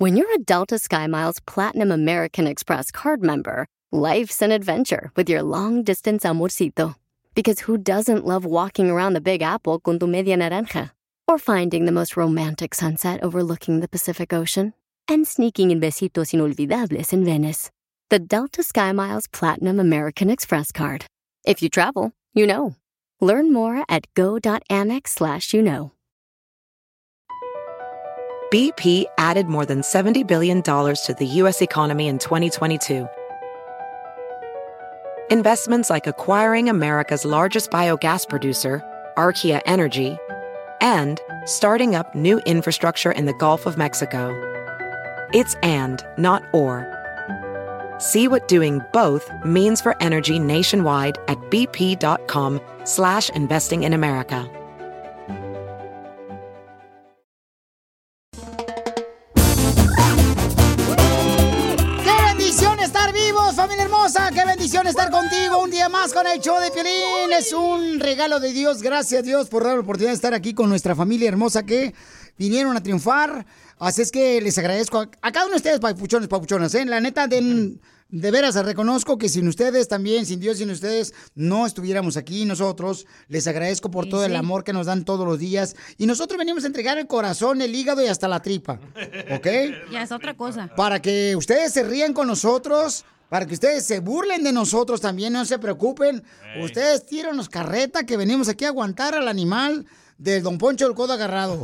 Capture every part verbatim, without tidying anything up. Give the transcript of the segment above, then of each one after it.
When you're a Delta SkyMiles Platinum American Express card member, life's an adventure with your long-distance amorcito. Because who doesn't love walking around the Big Apple con tu media naranja? Or finding the most romantic sunset overlooking the Pacific Ocean? And sneaking in besitos inolvidables in Venice. The Delta SkyMiles Platinum American Express card. If you travel, you know. Learn more at go.amex slash you know. B P added more than seventy billion dollars to the U S economy in twenty twenty-two. Investments like acquiring America's largest biogas producer, Archaea Energy, and starting up new infrastructure in the Gulf of Mexico. It's and, not or. See what doing both means for energy nationwide at bp.com slash investing in America. Familia hermosa, qué bendición estar contigo un día más con el show de Piolín. Es un regalo de Dios, gracias a Dios por dar la oportunidad de estar aquí con nuestra familia hermosa que vinieron a triunfar. Así es que les agradezco a, a cada uno de ustedes, papuchones, papuchonas, ¿eh? La neta, de, de veras reconozco que sin ustedes también, sin Dios, sin ustedes, no estuviéramos aquí nosotros. Les agradezco por Sí, todo sí. el amor que nos dan todos los días. Y nosotros venimos a entregar el corazón, el hígado y hasta la tripa, ¿ok? Ya es otra cosa. Para que ustedes se rían con nosotros, para que ustedes se burlen de nosotros también, no se preocupen. Ey. Ustedes tíranos carreta que venimos aquí a aguantar al animal del Don Poncho del Codo Agarrado.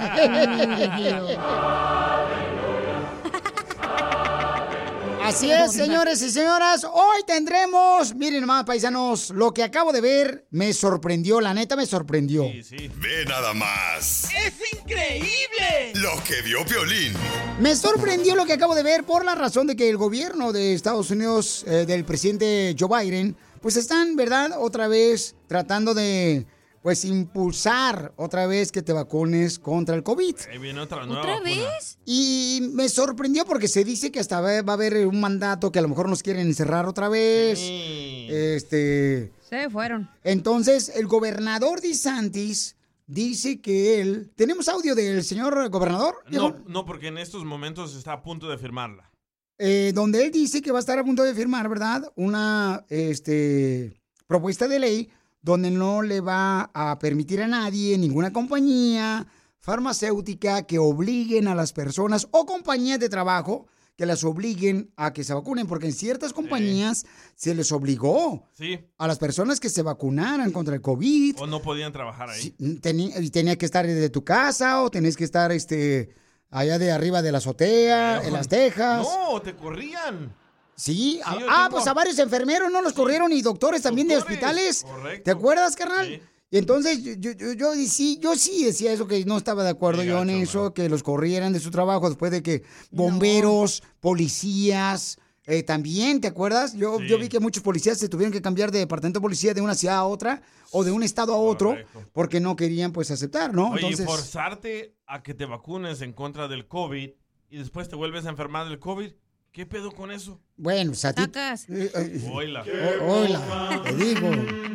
Así es, señores y señoras. Hoy tendremos, miren nomás, paisanos, lo que acabo de ver me sorprendió, la neta me sorprendió. Ve nada más. ¡Es increíble! Lo que vio Piolín. Me sorprendió lo que acabo de ver por la razón de que el gobierno de Estados Unidos, eh, del presidente Joe Biden, pues están, ¿verdad?, otra vez tratando de, pues, impulsar otra vez que te vacunes contra el COVID. Ahí viene otra nueva ¿Otra vacuna. vez? Y me sorprendió porque se dice que hasta va va a haber un mandato que a lo mejor nos quieren encerrar otra vez. Sí. Este... Se fueron. Entonces, el gobernador DeSantis dice que él... ¿Tenemos audio del señor gobernador? No, no, porque en estos momentos está a punto de firmarla. Eh, donde él dice que va a estar a punto de firmar, ¿verdad?, una este, propuesta de ley donde no le va a permitir a nadie, ninguna compañía farmacéutica, que obliguen a las personas o compañías de trabajo que las obliguen a que se vacunen, porque en ciertas compañías se les obligó Sí. a las personas que se vacunaran contra el COVID. O no podían trabajar ahí. Tenía, tenía que estar desde tu casa o tenés que estar este, allá de arriba de la azotea, en las tejas. No, te corrían. Sí, ah, yo ah, tengo- pues a varios enfermeros no los corrieron y doctores también de hospitales. correcto. ¿Te acuerdas, carnal? Y entonces yo, yo, yo, yo sí, yo sí decía eso, que no estaba de acuerdo yo en eso, que los corrieran de su trabajo después de que bomberos, policías, eh, también, ¿te acuerdas? Yo, Sí. yo vi que muchos policías se tuvieron que cambiar de departamento de policía de una ciudad a otra o de un estado a otro Correcto. porque no querían pues aceptar, ¿no? Oye, Entonces, forzarte a que te vacunes en contra del COVID y después te vuelves a enfermar del COVID, ¿qué pedo con eso? bueno, o sea, a ti- Sacas. eh, eh, Oila. O- Hola, te digo.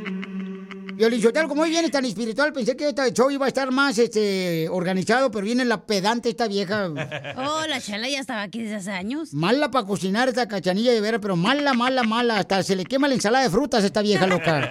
Violichotel, como hoy vienes tan espiritual, pensé que este show iba a estar más este, organizado, pero viene la pedante esta vieja. Oh, la Chela ya estaba aquí desde hace años. Mala para cocinar esta cachanilla de vera, pero mala, mala, mala. Hasta se le quema la ensalada de frutas a esta vieja loca.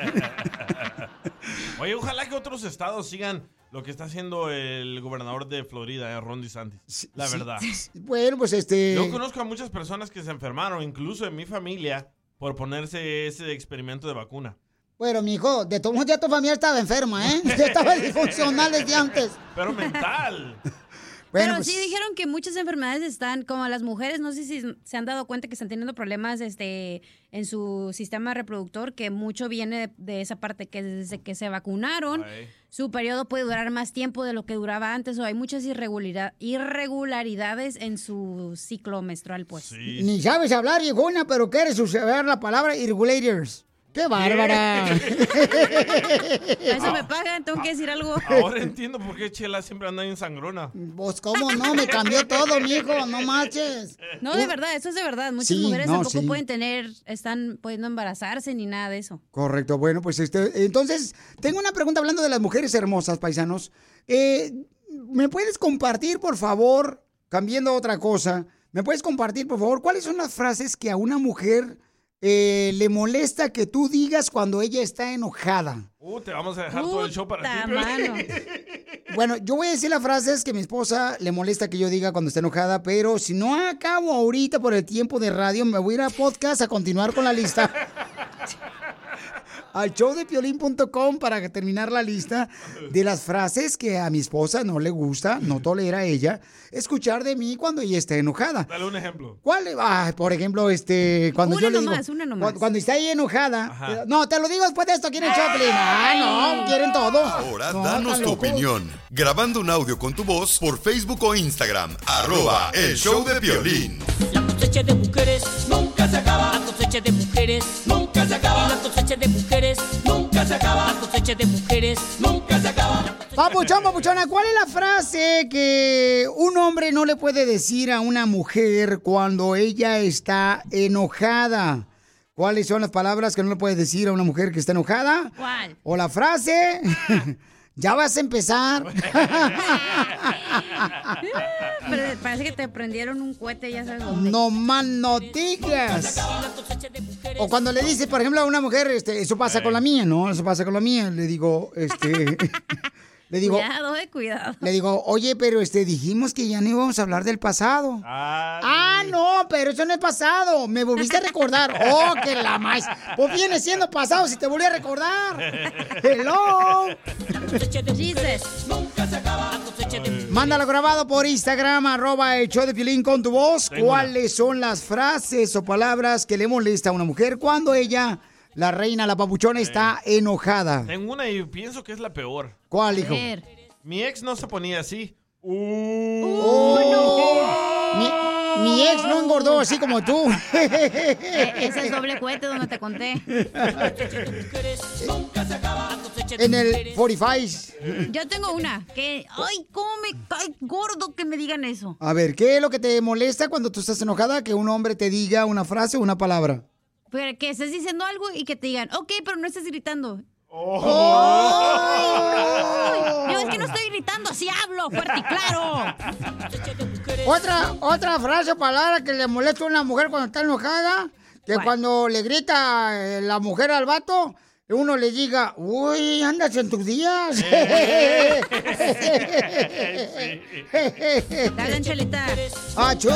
Oye, ojalá que otros estados sigan lo que está haciendo el gobernador de Florida, eh, Ron DeSantis. La sí. verdad. Bueno, pues este... Yo conozco a muchas personas que se enfermaron, incluso en mi familia, por ponerse ese experimento de vacuna. Bueno, mijo, de todos modos ya tu familia estaba enferma, ¿eh? Ya estaba disfuncional desde antes. Pero mental. Bueno, Pero pues- sí dijeron que muchas enfermedades están, como las mujeres, no sé si se han dado cuenta que están teniendo problemas este, en su sistema reproductor, que mucho viene de, de esa parte, que desde que se vacunaron, Ay. su periodo puede durar más tiempo de lo que duraba antes, o hay muchas irregularidad- irregularidades en su ciclo menstrual, pues. Ni sabes hablar, viejona, pero quieres usar la palabra irregulators. ¡Qué bárbara! A eso me pagan, tengo que decir algo. Ahora entiendo por qué Chela siempre anda en sangrona. Pues, ¿cómo no? Me cambió todo, mijo, no marches. No, de verdad, eso es de verdad. Muchas Sí, mujeres no, tampoco sí. pueden tener, están pudiendo embarazarse ni nada de eso. Correcto, bueno, pues este, entonces, tengo una pregunta hablando de las mujeres hermosas, paisanos. Eh, ¿Me puedes compartir, por favor, cambiando a otra cosa, ¿me puedes compartir, por favor, cuáles son las frases que a una mujer eh, le molesta que tú digas cuando ella está enojada? Uh, te vamos a dejar Puta todo el show para ti. Mano. Bueno, yo voy a decir las frases que a mi esposa le molesta que yo diga cuando está enojada, pero si no acabo ahorita por el tiempo de radio, me voy a ir a podcast a continuar con la lista. Al show de piolín punto com para terminar la lista de las frases que a mi esposa no le gusta, no tolera a ella, escuchar de mí cuando ella está enojada. Dale un ejemplo. ¿Cuál? Ah, por ejemplo, este, cuando una yo le nomás, digo, una nomás. Cuando, cuando está ahí enojada, Ajá. no, te lo digo después de esto, ¿quieren Choplin? Ah, no, quieren todo. Ahora no, danos tu locos. opinión, grabando un audio con tu voz por Facebook o Instagram, arroba el show de Piolín. La cosecha de mujeres nunca se acaba. La cosecha de mujeres nunca se acaba. La cosecha de mujeres nunca se acaba. La cosecha de mujeres nunca se acaba. Papuchón, papuchona, ¿cuál es la frase que un hombre no le puede decir a una mujer cuando ella está enojada? ¿Cuáles son las palabras que no le puedes decir a una mujer que está enojada? ¿Cuál? O la frase, ya vas a empezar. Pero parece que te prendieron un cohete, ya sabes dónde. No más noticias. O cuando le dice, por ejemplo, a una mujer, este, eso pasa con la mía, ¿no? Eso pasa con la mía. Le digo, este... Le digo, cuidado, eh, cuidado. Le digo, oye, pero este, dijimos que ya no íbamos a hablar del pasado. Ah, ah sí. no, pero eso no es pasado. Me volviste a recordar. Oh, que la más. Pues viene siendo pasado si te volví a recordar. Hello. Jesus. Mándalo grabado por Instagram, arroba el show de Piolín con tu voz. Tengo ¿Cuáles son las frases o palabras que le molesta a una mujer cuando ella, la reina, la papuchona, está enojada? Tengo una y pienso que es la peor. ¿Cuál, hijo? Ver. Mi ex no se ponía así. Oh, no. Mi, mi ex no engordó así como tú. Eh, ese es doble cohete donde te conté. En el cuarenta y cinco. Yo tengo una que, ay, cómo me cae gordo que me digan eso. A ver, ¿qué es lo que te molesta cuando tú estás enojada? Que un hombre te diga una frase o una palabra. Pero que estés diciendo algo y que te digan, ok, pero no estés gritando. Oh. Ay, yo es que no estoy gritando, así hablo, fuerte y claro. Otra, otra frase o palabra que le molesta a una mujer cuando está enojada, que ¿Cuál? cuando le grita eh, la mujer al vato, uno le diga, uy, andas en tus días. Dale, Chelita. ¡Achú!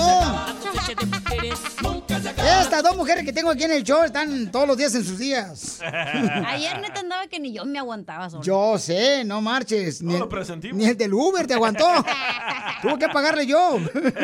Estas dos mujeres que tengo aquí en el show están todos los días en sus días. Ayer neta andaba que ni yo me aguantaba solo. Yo sé, no marches. No Ni, lo el, presentimos. ni el del Uber te aguantó. Tuve que pagarle yo.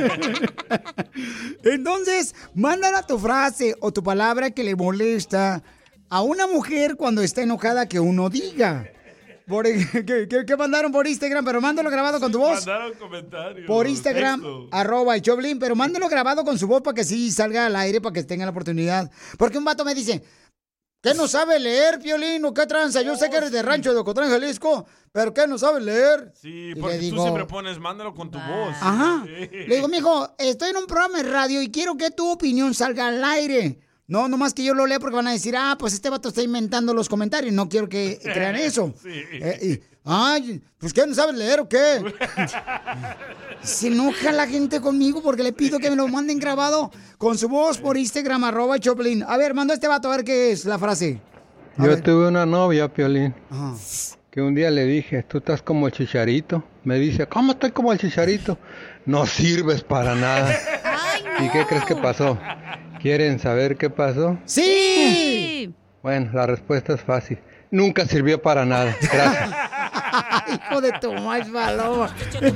Entonces, mándala tu frase o tu palabra que le molesta a una mujer cuando está enojada que uno diga. Por, ¿qué, qué, qué mandaron por Instagram? Pero mándalo grabado con tu voz. Mandaron comentarios. Por Instagram, texto. arroba el Choplin, pero mándalo grabado con su voz para que sí salga al aire, para que tenga la oportunidad. Porque un vato me dice, ¿qué no sabe leer, Piolín? ¿O qué tranza? Yo sé que eres de Rancho de Ocotlán, Jalisco, pero ¿qué no sabe leer? Sí, Y porque le digo, tú siempre pones, mándalo con tu voz. Ajá. Sí. Le digo, mijo, estoy en un programa de radio y quiero que tu opinión salga al aire. No, nomás que yo lo lea porque van a decir, ah, pues este vato está inventando los comentarios. No quiero que crean eso. Sí. Eh, y, ay, pues ¿qué? ¿No sabes leer o qué? Se enoja la gente conmigo porque le pido que me lo manden grabado con su voz por Instagram, arroba Choplin. A ver, mando a este vato a ver qué es la frase. A Yo ver. tuve una novia, Piolín, Ajá. que un día le dije, tú estás como el Chicharito. Me dice, ¿cómo estoy como el Chicharito? No sirves para nada. Ay, no. ¿Y qué crees que pasó? ¿Quieren saber qué pasó? ¡Sí! Sí. Bueno, la respuesta es fácil. Nunca sirvió para nada. Gracias. Hijo de tu más valor.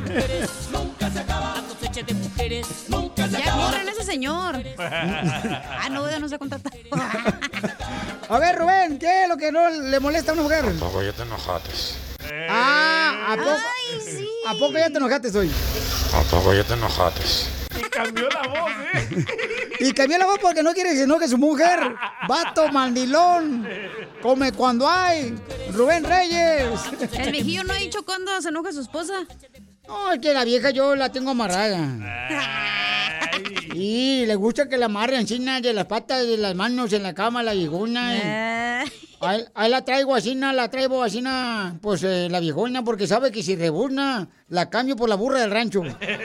Ya corren a ese señor. Ah, no, ya no se contratar. A ver, Rubén, ¿qué es lo que no le molesta a una mujer? Poco ya te enojaste. Ah, ¿a poco, Ay, sí. ¿a poco ya te enojaste hoy? A poco ya te enojaste. Y cambió la voz, ¿eh? Y cambió la voz porque no quiere que se enoje su mujer. Vato mandilón. Come cuando hay. Rubén Reyes. El viejillo no ha dicho cuándo se enoja su esposa. No, es que la vieja yo la tengo amarrada. Ay, Y le gusta que la amarren China de las patas, de las manos en la cama, la viejona. Ahí, ahí la traigo así, na, la traigo así, na, pues eh, la viejona, porque sabe que si rebuzna, la cambio por la burra del rancho.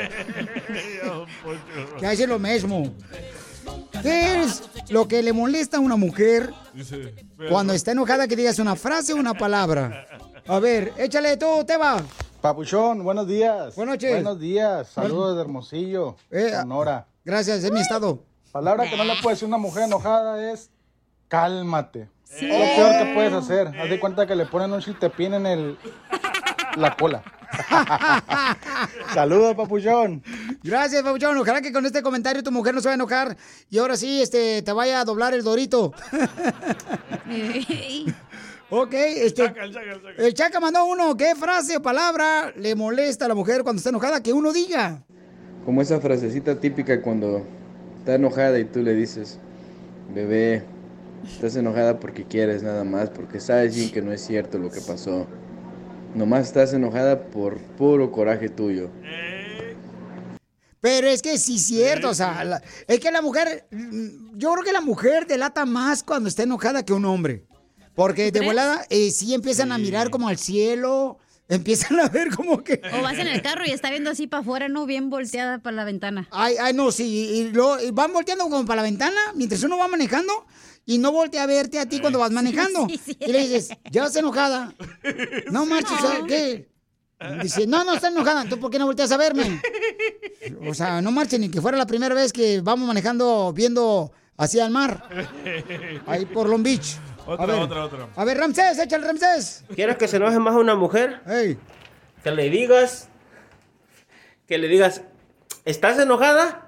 Que hace lo mismo. ¿Qué es lo que le molesta a una mujer cuando está enojada? Que digas una frase o una palabra. A ver, échale tú, Teba. Papuchón, buenos días. Buenas noches. Buenos días. Saludos de Hermosillo, Eh, Sonora. Gracias, es mi estado. Palabra que no le puede decir una mujer enojada es cálmate. Sí. Es lo peor que puedes hacer. Haz de cuenta que le ponen un chiltepín en el la cola. Saludos, Papuchón. Gracias, Papuchón. Ojalá que con este comentario tu mujer no se vaya a enojar y ahora sí este, te vaya a doblar el dorito. Ok, este. Chaca, el, chaca, el, chaca. el Chaca mandó uno. ¿Qué frase o palabra le molesta a la mujer cuando está enojada? Que uno diga. Como esa frasecita típica cuando está enojada y tú le dices, bebé, estás enojada porque quieres nada más, porque sabes bien que no es cierto lo que pasó. Nomás estás enojada por puro coraje tuyo. Pero es que sí es cierto, o sea, la, es que la mujer, yo creo que la mujer delata más cuando está enojada que un hombre. Porque de volada eh, sí empiezan sí. a mirar como al cielo, empiezan a ver como que... O vas en el carro y está viendo así para afuera, ¿no? Bien volteada para la ventana. Ay, ay, no, sí, y, lo, y van volteando como para la ventana mientras uno va manejando y no voltea a verte a ti cuando vas manejando. Sí, sí, sí. Y le dices, ya vas enojada. No marches, no. ¿Qué? Dice, no, no está enojada, entonces ¿por qué no volteas a verme? O sea, no marchen ni que fuera la primera vez que vamos manejando viendo hacia el mar. Ahí por Long Beach. Otra, a ver, otra, otra. A ver, Ramsés, echa el Ramsés. ¿Quieres que se enoje más a una mujer? Hey. Que le digas, que le digas, ¿estás enojada?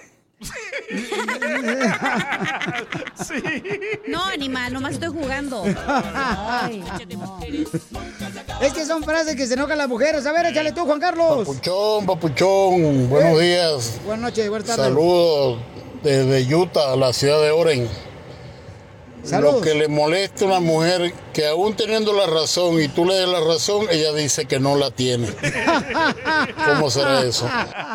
Sí. No, animal, nomás estoy jugando. Ay, no. Es que son frases que se enojan las mujeres. A ver, échale tú, Juan Carlos. Papuchón, papuchón, buenos días. Buenas noches, buenas tardes. Saludos desde Utah, la ciudad de Oren. Saludos. Lo que le molesta a una mujer, que aún teniendo la razón y tú le des la razón, ella dice que no la tiene. ¿Cómo será eso?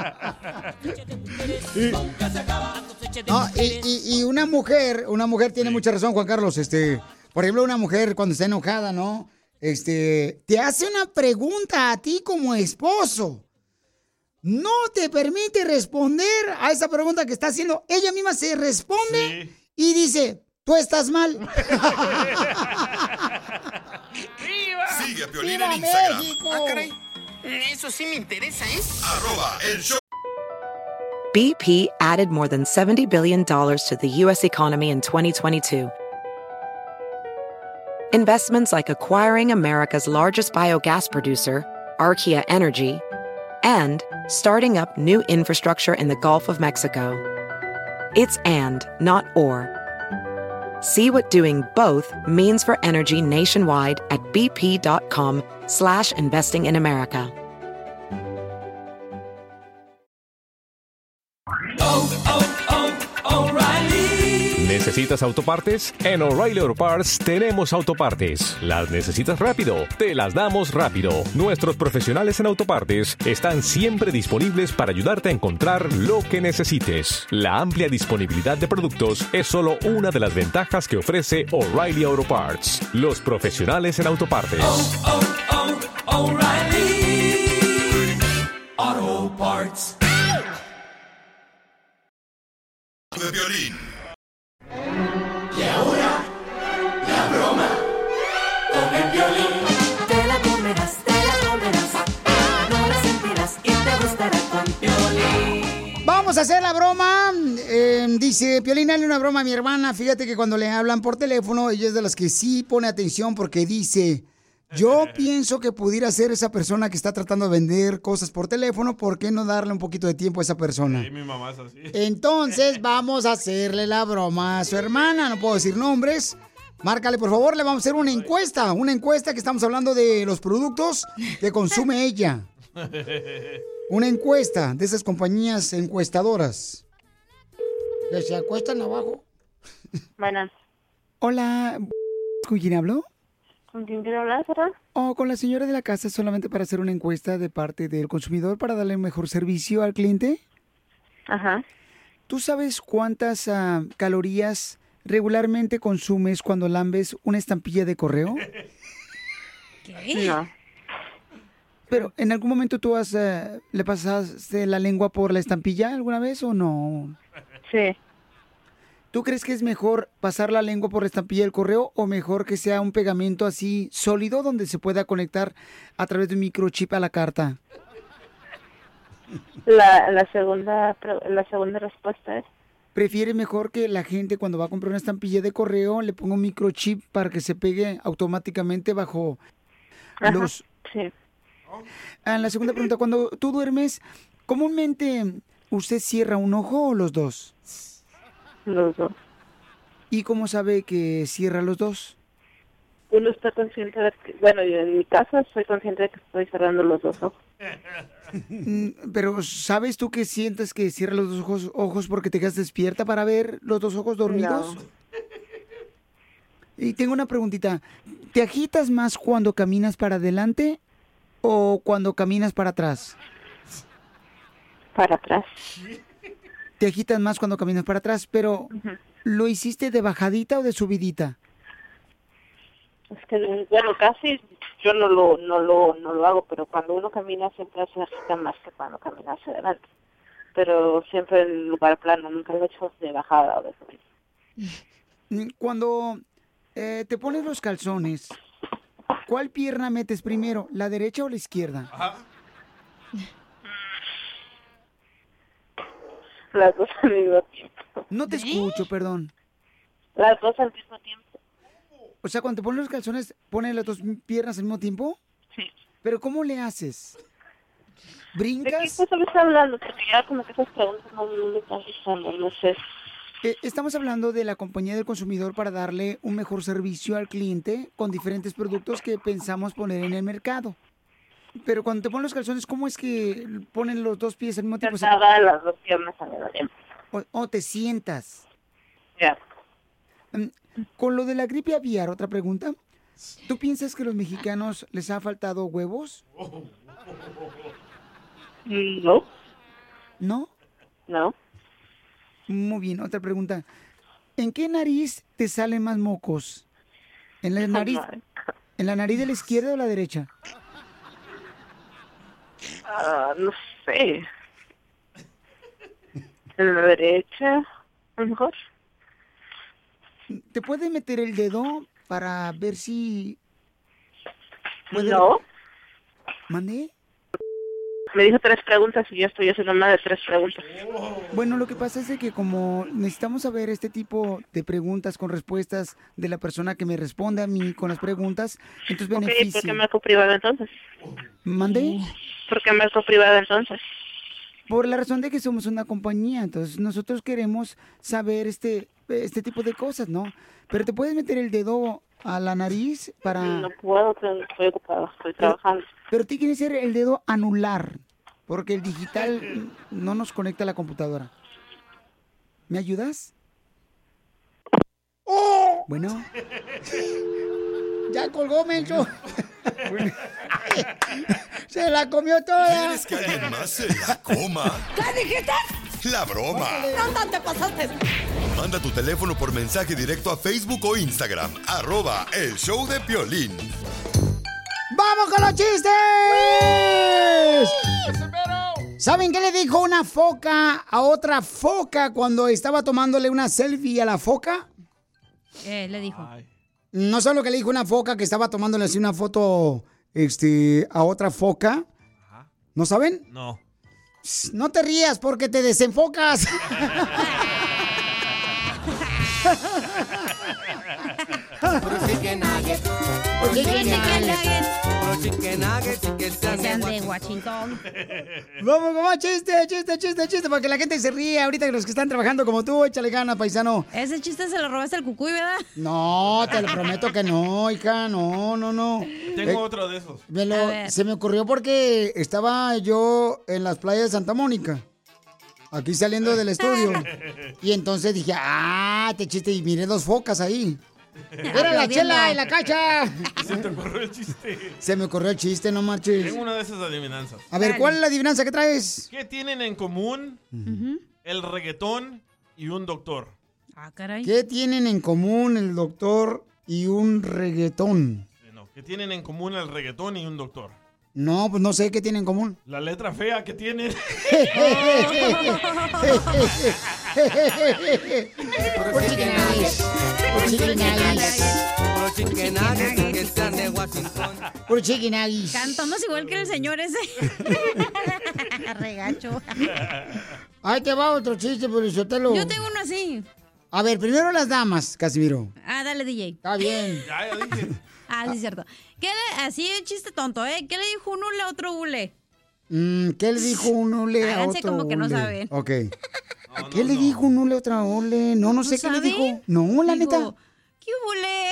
No, y, y, y una mujer, una mujer tiene mucha razón, Juan Carlos. Este, por ejemplo, una mujer cuando está enojada, ¿no? Este, te hace una pregunta a ti como esposo. No te permite responder a esa pregunta que está haciendo. Ella misma se responde sí. y dice, tú estás mal. Sigue a Piolín en Instagram. México. Ah, caray. Eso sí me interesa, ¿eh? Arroba el show. B P added more than seventy billion dollars to the U S economy in twenty twenty-two. Investments like acquiring America's largest biogas producer, Archaea Energy, and starting up new infrastructure in the Gulf of Mexico. It's and, not or. See what doing both means for energy nationwide at bp.com slash investing in America. Oh, oh, oh, O'Reilly. ¿Necesitas autopartes? En O'Reilly Auto Parts tenemos autopartes. ¿Las necesitas rápido? Te las damos rápido. Nuestros profesionales en autopartes están siempre disponibles para ayudarte a encontrar lo que necesites. La amplia disponibilidad de productos es solo una de las ventajas que ofrece O'Reilly Auto Parts. Los profesionales en autopartes. Oh, oh, oh, O'Reilly Auto Parts. De Piolín. Y ahora, la broma con el Piolín. Te la comerás, te la comerás, no la sentirás y te gustará con Piolín. Vamos a hacer la broma. Eh, dice Piolín, dale una broma a mi hermana. Fíjate que cuando le hablan por teléfono, ella es de las que sí pone atención porque dice... Yo pienso que pudiera ser esa persona que está tratando de vender cosas por teléfono. ¿Por qué no darle un poquito de tiempo a esa persona? Sí, mi mamá es así. Entonces vamos a hacerle la broma a su hermana. No puedo decir nombres. Márcale, por favor. Le vamos a hacer una encuesta. Una encuesta que estamos hablando de los productos que consume ella. Una encuesta de esas compañías encuestadoras. ¿Que se acuestan abajo? Buenas. Hola. ¿Con quién hablo? ¿Con quién quiero hablar, Sara? Oh, con la señora de la casa, solamente para hacer una encuesta de parte del consumidor para darle un mejor servicio al cliente. Ajá. ¿tú sabes cuántas ah, calorías regularmente consumes cuando lambes una estampilla de correo? ¿Qué? No. Pero, ¿en algún momento tú has, eh, le pasaste la lengua por la estampilla alguna vez o no? Sí. ¿Tú crees que es mejor pasar la lengua por la estampilla del correo o mejor que sea un pegamento así sólido donde se pueda conectar a través de un microchip a la carta? La, la segunda pre- la segunda respuesta es ¿Prefieres mejor que la gente cuando va a comprar una estampilla de correo le ponga un microchip para que se pegue automáticamente bajo Ajá, los... sí. Ah, la segunda pregunta, cuando tú duermes, ¿comúnmente usted cierra un ojo o los dos? Los dos. ¿Y cómo sabe que cierra los dos? Uno está consciente de que, bueno, yo en mi caso soy consciente de que estoy cerrando los dos ojos. Mm, Pero ¿sabes tú que sientes que cierra los dos ojos, ojos porque te quedas despierta para ver los dos ojos dormidos? No. Y tengo una preguntita. ¿Te agitas más cuando caminas para adelante o cuando caminas para atrás? Para atrás. Te agitas más cuando caminas para atrás, pero ¿lo hiciste de bajadita o de subidita? Es que, bueno, casi yo no lo, no lo, no lo hago, pero cuando uno camina siempre se agita más que cuando camina hacia adelante. Pero siempre en lugar plano, nunca lo he hecho de bajada o de subida. Mm, Cuando eh, te pones los calzones, ¿cuál pierna metes primero, la derecha o la izquierda? Las dos al mismo tiempo. No te escucho, perdón. Las dos al mismo tiempo. O sea, cuando te pones los calzones, ¿pones las dos piernas al mismo tiempo? Sí. ¿Pero cómo le haces? ¿De qué ¿Brincas? cosa me está hablando? Porque ya como que esas preguntas no, no me están gustando, no sé. Eh, estamos hablando de la compañía del consumidor para darle un mejor servicio al cliente con diferentes productos que pensamos poner en el mercado. Pero cuando te pones los calzones, ¿cómo es que ponen los dos pies al mismo tiempo? Sentada, las dos piernas al mismo tiempo. O, o te sientas. Ya. Mm, Con lo de la gripe aviar, otra pregunta. ¿Tú piensas que a los mexicanos les ha faltado huevos? No. ¿No? No. Muy bien, otra pregunta. ¿En qué nariz te salen más mocos? ¿En la nariz, ¿en la nariz de la izquierda o la derecha? Ah, no sé. En la derecha, a lo mejor. ¿Te puedes meter el dedo para ver si... puede- No. ¿Mandé? Me dijo tres preguntas y yo estoy haciendo más de tres preguntas. Bueno, lo que pasa es de que como necesitamos saber este tipo de preguntas con respuestas de la persona que me responde a mí con las preguntas, entonces Ok, ¿por beneficia. qué marco privado entonces? ¿Mandé? ¿Por qué marco privado entonces? Por la razón de que somos una compañía, entonces nosotros queremos saber este este tipo de cosas, ¿no? Pero te puedes meter el dedo a la nariz para... No puedo, estoy ocupado, estoy trabajando. Pero tiene que ser el dedo anular, porque el digital no nos conecta a la computadora. ¿Me ayudas? Bueno. Ya colgó, Mencho. Se la comió toda. ¿Quieres que alguien más se la coma? ¿Qué dijiste? La broma. ¿Dónde te pasaste? Manda tu teléfono por mensaje directo a Facebook o Instagram. Arroba El Show de Piolín. ¡Vamos con los chistes! ¿Saben qué le dijo una foca a otra foca cuando estaba tomándole una selfie a la foca? Eh, le dijo. No sé lo que le dijo una foca que estaba tomándole así una foto este, a otra foca. ¿No saben? No. No te rías porque te desenfocas. Puro chicken nugget. Puro chicken nugget. Puro chicken nugget y que sean Sean de de Washington. Vamos con más chiste, chiste, chiste, chiste, para que la gente se ríe. Ahorita que los que están trabajando como tú, échale ganas, paisano. Ese chiste se lo robaste al cucuy, ¿verdad? No, te lo prometo que no, hija, no, no, no. Tengo Eh, otro de esos. me lo- A ver. se me ocurrió porque estaba yo en las playas de Santa Mónica, aquí saliendo del estudio. Y entonces dije, ah, te chiste, y miré dos focas ahí. Era la Chela y la Cacha. Se te ocurrió el chiste. Se me ocurrió el chiste, no marches. Tengo una de esas adivinanzas. A ver, ¿cuál es la adivinanza que traes? ¿Qué tienen en común el reggaetón y un doctor. Ah, caray. ¿Qué tienen en común el doctor y un reggaetón? No, ¿qué tienen en común el reggaetón y un doctor? No, pues no sé qué tienen en común. La letra fea que tienen. Por chicken nuggets. Por chicken nuggets. Por chicken nuggets que están de Washington. Por chicken nuggets. Cantamos igual que el señor ese. Regacho. Ahí te va otro chiste, Pelizotelo. Yo tengo uno así. A ver, primero las damas, Casimiro. Ah, dale, D J. Está bien. Ya, ya dije. Ah, sí, es cierto. ¿Qué le, así es chiste tonto, ¿eh? ¿Qué le dijo un hule a otro hule? Mm, ¿Qué le dijo un hule a Háganse otro como que no hule? saben. Ok. ¿Qué le dijo un hule a otra hule? No, no sé qué le sabe? dijo. No, la Dijo, neta. ¿qué hule?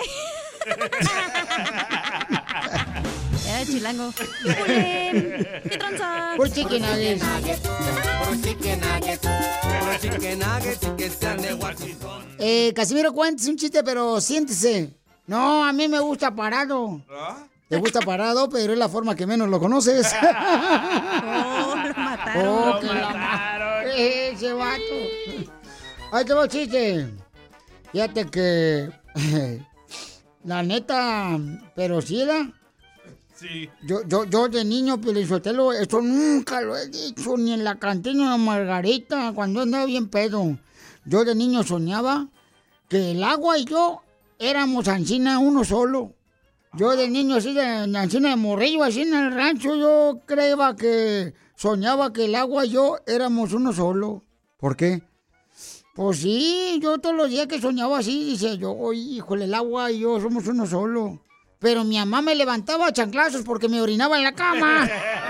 Era chilango. ¿Qué hule? ¿Qué tranza? Por chicken nuggets. Por chicken nuggets. Por chicken nuggets que están de Washington. Eh, Casimiro, cuéntese un chiste, pero siéntese. No, a mí me gusta parado. ¿Ah? Te gusta parado, pero es la forma que menos lo conoces. Oh, lo mataron. Oh, Lo que la mataron. ma- Ese vato. Ahí te va el chiste. Fíjate que... La neta, pero sí, ¿verdad? Sí. Yo, yo, yo de niño, Pelizotelo, esto nunca lo he dicho, ni en la cantina de Margarita, cuando andaba bien pedo. Yo de niño soñaba que el agua y yo éramos ancina uno solo. Yo de niño, así de ancina de morrillo, así en el rancho, yo creía que soñaba que el agua y yo éramos uno solo. ¿Por qué? Pues sí, yo todos los días que soñaba así, dice yo, oye, híjole, el agua y yo somos uno solo. Pero mi mamá me levantaba a chanclazos porque me orinaba en la cama.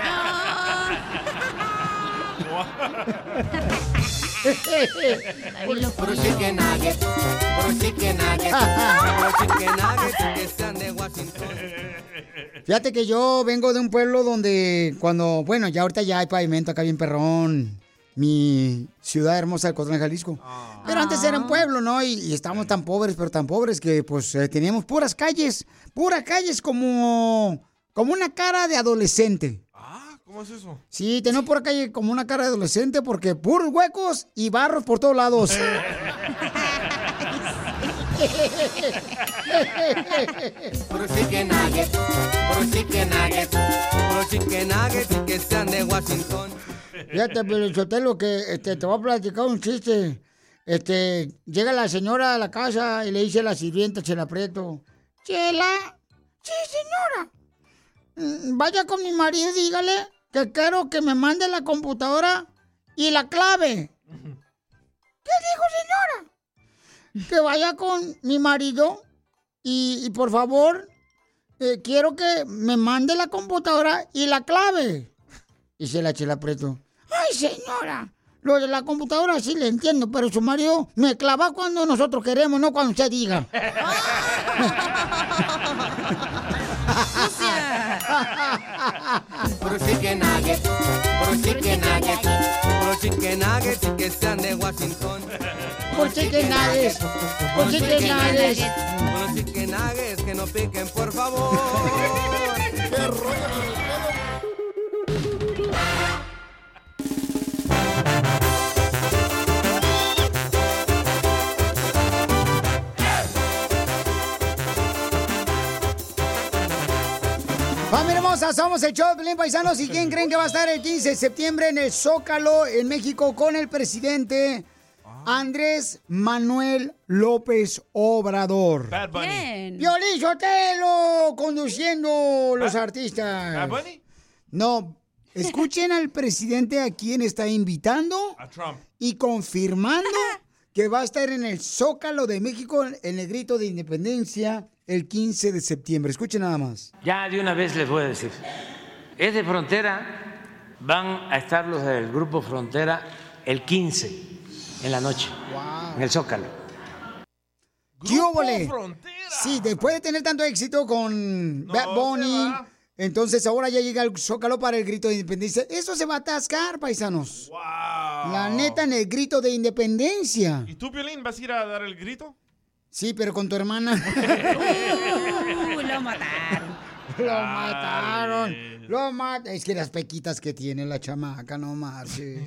Por chicken nuggets. Por chicken nuggets. Por chicken nuggets que están de Washington. Fíjate que yo vengo de un pueblo donde cuando, bueno, ya ahorita ya hay pavimento acá bien perrón. Mi ciudad hermosa de Cotlán, Jalisco. Pero antes era un pueblo, ¿no? Y, y estábamos tan pobres, pero tan pobres que pues eh, teníamos puras calles, puras calles como, como una cara de adolescente. ¿Cómo es eso? Sí, tenemos por calle como una cara de adolescente porque puros huecos y barros por todos lados. Por chicken nuggets. Por chicken nuggets. Por chicken nuggets que están de Washington. Fíjate, Pelizotelo, que este, te voy a platicar un chiste. Este, llega la señora a la casa y le dice a la sirvienta, Chela Prieto, Chela, sí, señora, Mm, vaya con mi marido y dígale que quiero que me mande la computadora y la clave. ¿Qué dijo, señora? Que vaya con mi marido y, y por favor, eh, quiero que me mande la computadora y la clave. Dice la Chela Prieto, ay, señora, lo de la computadora sí le entiendo, pero su marido me clava cuando nosotros queremos, no cuando usted diga. Por chicken nuggets. Por chicken nuggets. Por chicken nuggets que están de Washington. Por chicken nuggets. Por chicken nuggets. Por chicken nuggets que no piquen, por favor. ¡Qué rollo! Familia hermosa, somos el show de Pelín Paisanos. ¿Y quién creen que va a estar el quince de septiembre en el Zócalo, en México, con el presidente Andrés Manuel López Obrador? Bad Bunny. Piolín Sotelo conduciendo los artistas. ¿Bad Bunny? No, escuchen al presidente a quien está invitando A Trump. y confirmando que va a estar en el Zócalo de México en el grito de independencia el quince de septiembre. Escuchen nada más. Ya de una vez les voy a decir, es de Frontera, van a estar los del Grupo Frontera el quince en la noche, en el Zócalo. ¿Qué óvole? Sí, después de tener tanto éxito con No Bad se Bunny, va. entonces ahora ya llega el Zócalo para el grito de independencia. Eso se va a atascar, paisanos. La neta, en el grito de independencia. ¿Y tú, Piolín, vas a ir a dar el grito? Sí, pero con tu hermana. Uh, lo mataron. Lo mataron. Lo más, es que las pequitas que tiene la chamaca, no marches.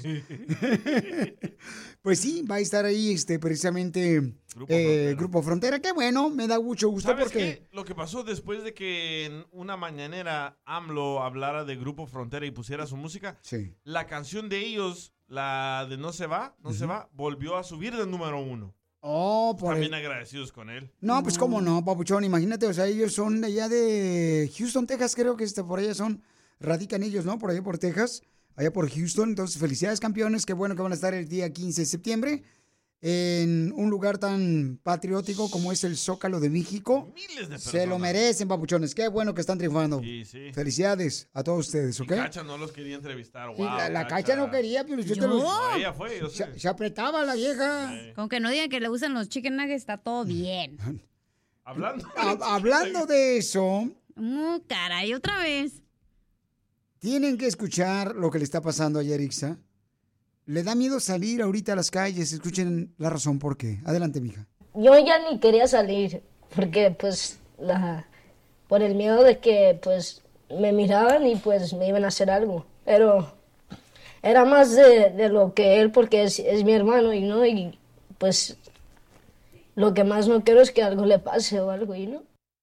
Pues sí, va a estar ahí este, precisamente Grupo, eh, Frontera. Grupo Frontera. Qué bueno, me da mucho gusto ¿Sabes porque... qué? Lo que pasó después de que en una mañanera AMLO hablara de Grupo Frontera y pusiera su música, sí. La canción de ellos, la de No se va, No uh-huh. se va, volvió a subir de número uno. Oh, por También el... agradecidos con él. No, pues cómo no, papuchón, imagínate, o sea, ellos son de allá de Houston, Texas, creo que este, por allá son, radican ellos, ¿no? Por allá por Texas, allá por Houston, entonces felicidades campeones, qué bueno que van a estar el día quince de septiembre en un lugar tan patriótico como es el Zócalo de México. Miles de personas. Se lo merecen, papuchones, qué bueno que están triunfando. Sí, sí. Felicidades a todos ustedes, ¿ok? Y Cacha no los quería entrevistar, wow. Sí, la, la Cacha. Cacha no quería, pero yo, ¿Yo? te los... No, ella fue, yo sé. Se, se apretaba la vieja. Sí. Con que no digan que le usan los chicken nuggets, está todo bien. Hablando. A, hablando de eso. Mm, caray, otra vez. Tienen que escuchar lo que le está pasando a Yarixa. Le da miedo salir ahorita a las calles. Escuchen la razón por qué. Adelante, mija. Yo ya ni quería salir porque, pues, la, por el miedo de que, pues, me miraban y, pues, me iban a hacer algo. Pero era más de, de lo que él, porque es, es mi hermano, y no, y, pues, lo que más no quiero es que algo le pase o algo, y no.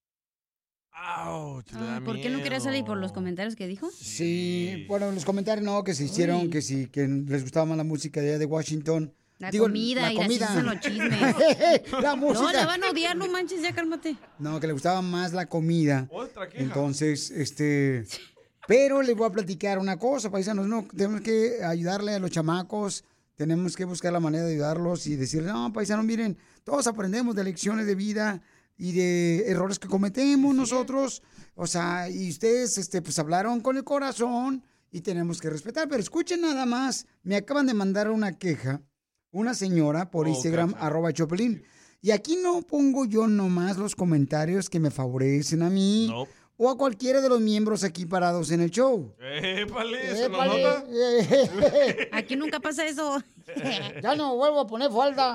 Ouch, ah, ¿Por qué no quería salir? ¿Por los comentarios que dijo? Sí, bueno, los comentarios no, que se hicieron, Uy. que sí, que les gustaba más la música de, de Washington. La Digo, comida, la y comida. así son los chismes. La música. No, la van a odiar, no manches, ya cálmate. No, que le gustaba más la comida. Otra queja. Entonces, este... Pero les voy a platicar una cosa, paisanos, no, tenemos que ayudarle a los chamacos, tenemos que buscar la manera de ayudarlos y decirles, no, paisanos, miren, todos aprendemos de lecciones de vida y de errores que cometemos nosotros, o sea, y ustedes, este, pues hablaron con el corazón y tenemos que respetar, pero escuchen nada más, me acaban de mandar una queja, una señora por oh, Instagram, cacha. arroba Chopelín, y aquí no pongo yo nomás los comentarios que me favorecen a mí, no. o a cualquiera de los miembros aquí parados en el show. ¡Épale! ¿Se nos nota? Aquí nunca pasa eso. Ya no vuelvo a poner falda.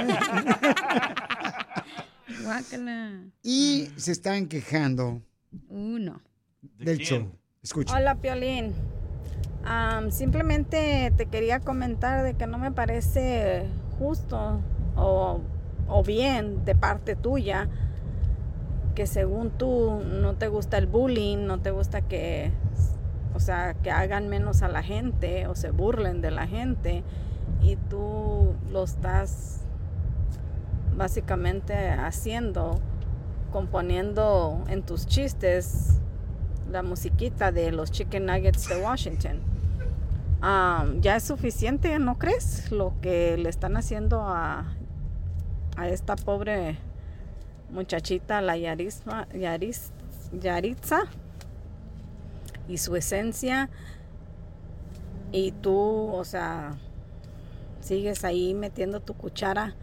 Guácala. Y se están quejando. Uno. Del show. Escucha. Hola, Piolín. Um, simplemente te quería comentar de que no me parece justo o, o bien de parte tuya que según tú no te gusta el bullying, no te gusta que, o sea, que hagan menos a la gente o se burlen de la gente y tú lo estás básicamente haciendo, componiendo en tus chistes la musiquita de los Chicken Nuggets de Washington. Um, ya es suficiente, ¿no crees? Lo que le están haciendo a, a esta pobre muchachita, la Yarisma, Yaris, Yaritza, y su esencia, y tú, o sea, sigues ahí metiendo tu cuchara,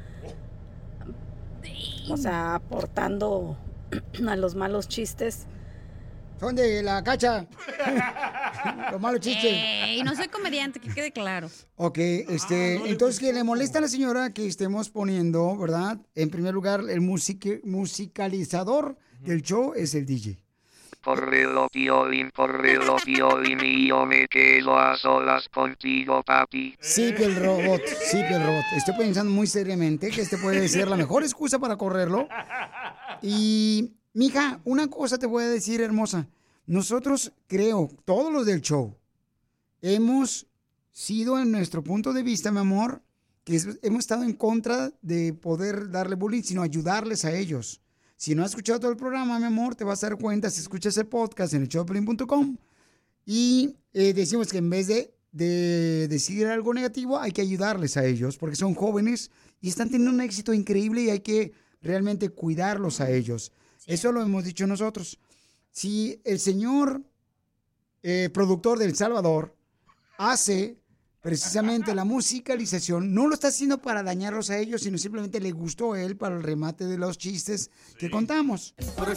o sea, aportando a los malos chistes. Son de la Cacha. Los malos chistes. Ey, no soy comediante, que quede claro. Ok, este, ah, no entonces que le molesta a la señora que estemos poniendo, ¿verdad? En primer lugar, el music musicalizador uh-huh. del show es el D J. Correlo, Piolín, correlo, Piolín, y yo me quedo a solas contigo, papi. Sí, el robot, sí, el robot. Estoy pensando muy seriamente que este puede ser la mejor excusa para correrlo. Y... mija, una cosa te voy a decir, hermosa. Nosotros, creo, todos los del show, hemos sido en nuestro punto de vista, mi amor, que es, hemos estado en contra de poder darle bullying, sino ayudarles a ellos. Si no has escuchado todo el programa, mi amor, te vas a dar cuenta si escuchas el podcast en el show de Piolín punto com y eh, decimos que en vez de, de decir algo negativo, hay que ayudarles a ellos, porque son jóvenes y están teniendo un éxito increíble y hay que realmente cuidarlos a ellos. Sí. Eso lo hemos dicho nosotros. Si el señor eh, productor de El Salvador hace precisamente la musicalización, no lo está haciendo para dañarlos a ellos, sino simplemente le gustó a él para el remate de los chistes sí. que contamos.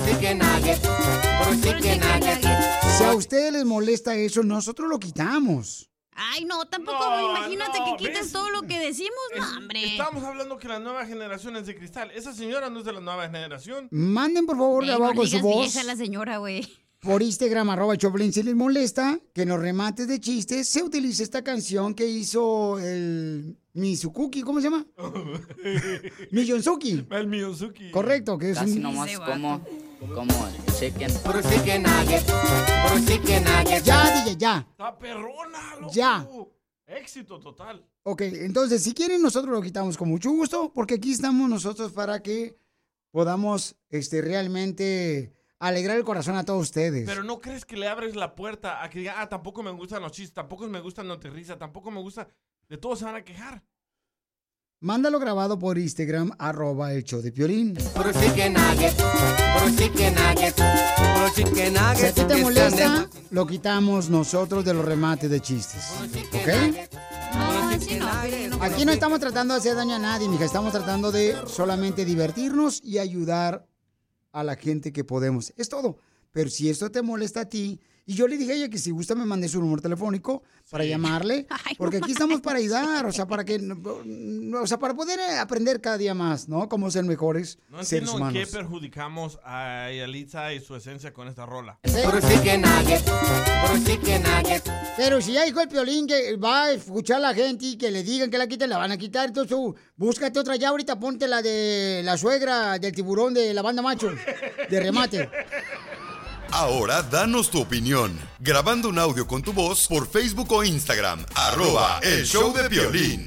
Si a ustedes les molesta eso, nosotros lo quitamos. Ay, no, tampoco, no, imagínate no, que quites todo lo que decimos, no, hombre. Estamos hablando que la nueva generación es de cristal. Esa señora no es de la nueva generación. Manden, por favor, de abajo no su voz. Esa es la señora, güey. por Instagram, arroba Choplin, si les molesta que en los remates de chistes se utilice esta canción que hizo el Mizuki, ¿cómo se llama? Miyonzuki. El Miyonzuki. Correcto, que es Casi un... nomás como, como el chicken. Puro chicken nugget, puro chicken nugget. Ya, D J, ya. Está perrona, loco. Ya. Éxito total. Ok, entonces, si quieren, nosotros lo quitamos con mucho gusto, porque aquí estamos nosotros para que podamos este, realmente alegrar el corazón a todos ustedes. Pero ¿no crees que le abres la puerta a que diga, ah, tampoco me gustan los chistes, tampoco me gustan no te risa, tampoco me gusta? De todos se van a quejar. Mándalo grabado por Instagram, arroba el show de Piolín. Puro chicken nugget, puro chicken nugget, puro chicken nugget. Si a ti te molesta, lo quitamos nosotros de los remates de chistes. ¿Ok? No, así no, Piolín, no. Aquí no estamos tratando de hacer daño a nadie, mija. Estamos tratando de solamente divertirnos y ayudar a la gente que podemos. Es todo. Pero si esto te molesta a ti, y yo le dije a ella que si gusta me mande su número telefónico para llamarle, Ay, porque no aquí estamos para ayudar, o sea, para que, no- o sea, para poder eh, aprender cada día más, ¿no? Cómo ser mejores No seres entiendo en qué humanos. perjudicamos a Yalitza y su esencia con esta rola. Puro chicken nugget, puro chicken nugget. Pero si ya dijo el Piolín que va a escuchar a la gente y que le digan que la quiten, la van a quitar. Entonces tú, búscate otra ya ahorita, ponte la de la suegra del tiburón de la banda macho, de remate. Ahora danos tu opinión, grabando un audio con tu voz por Facebook o Instagram, arroba el show de Piolín.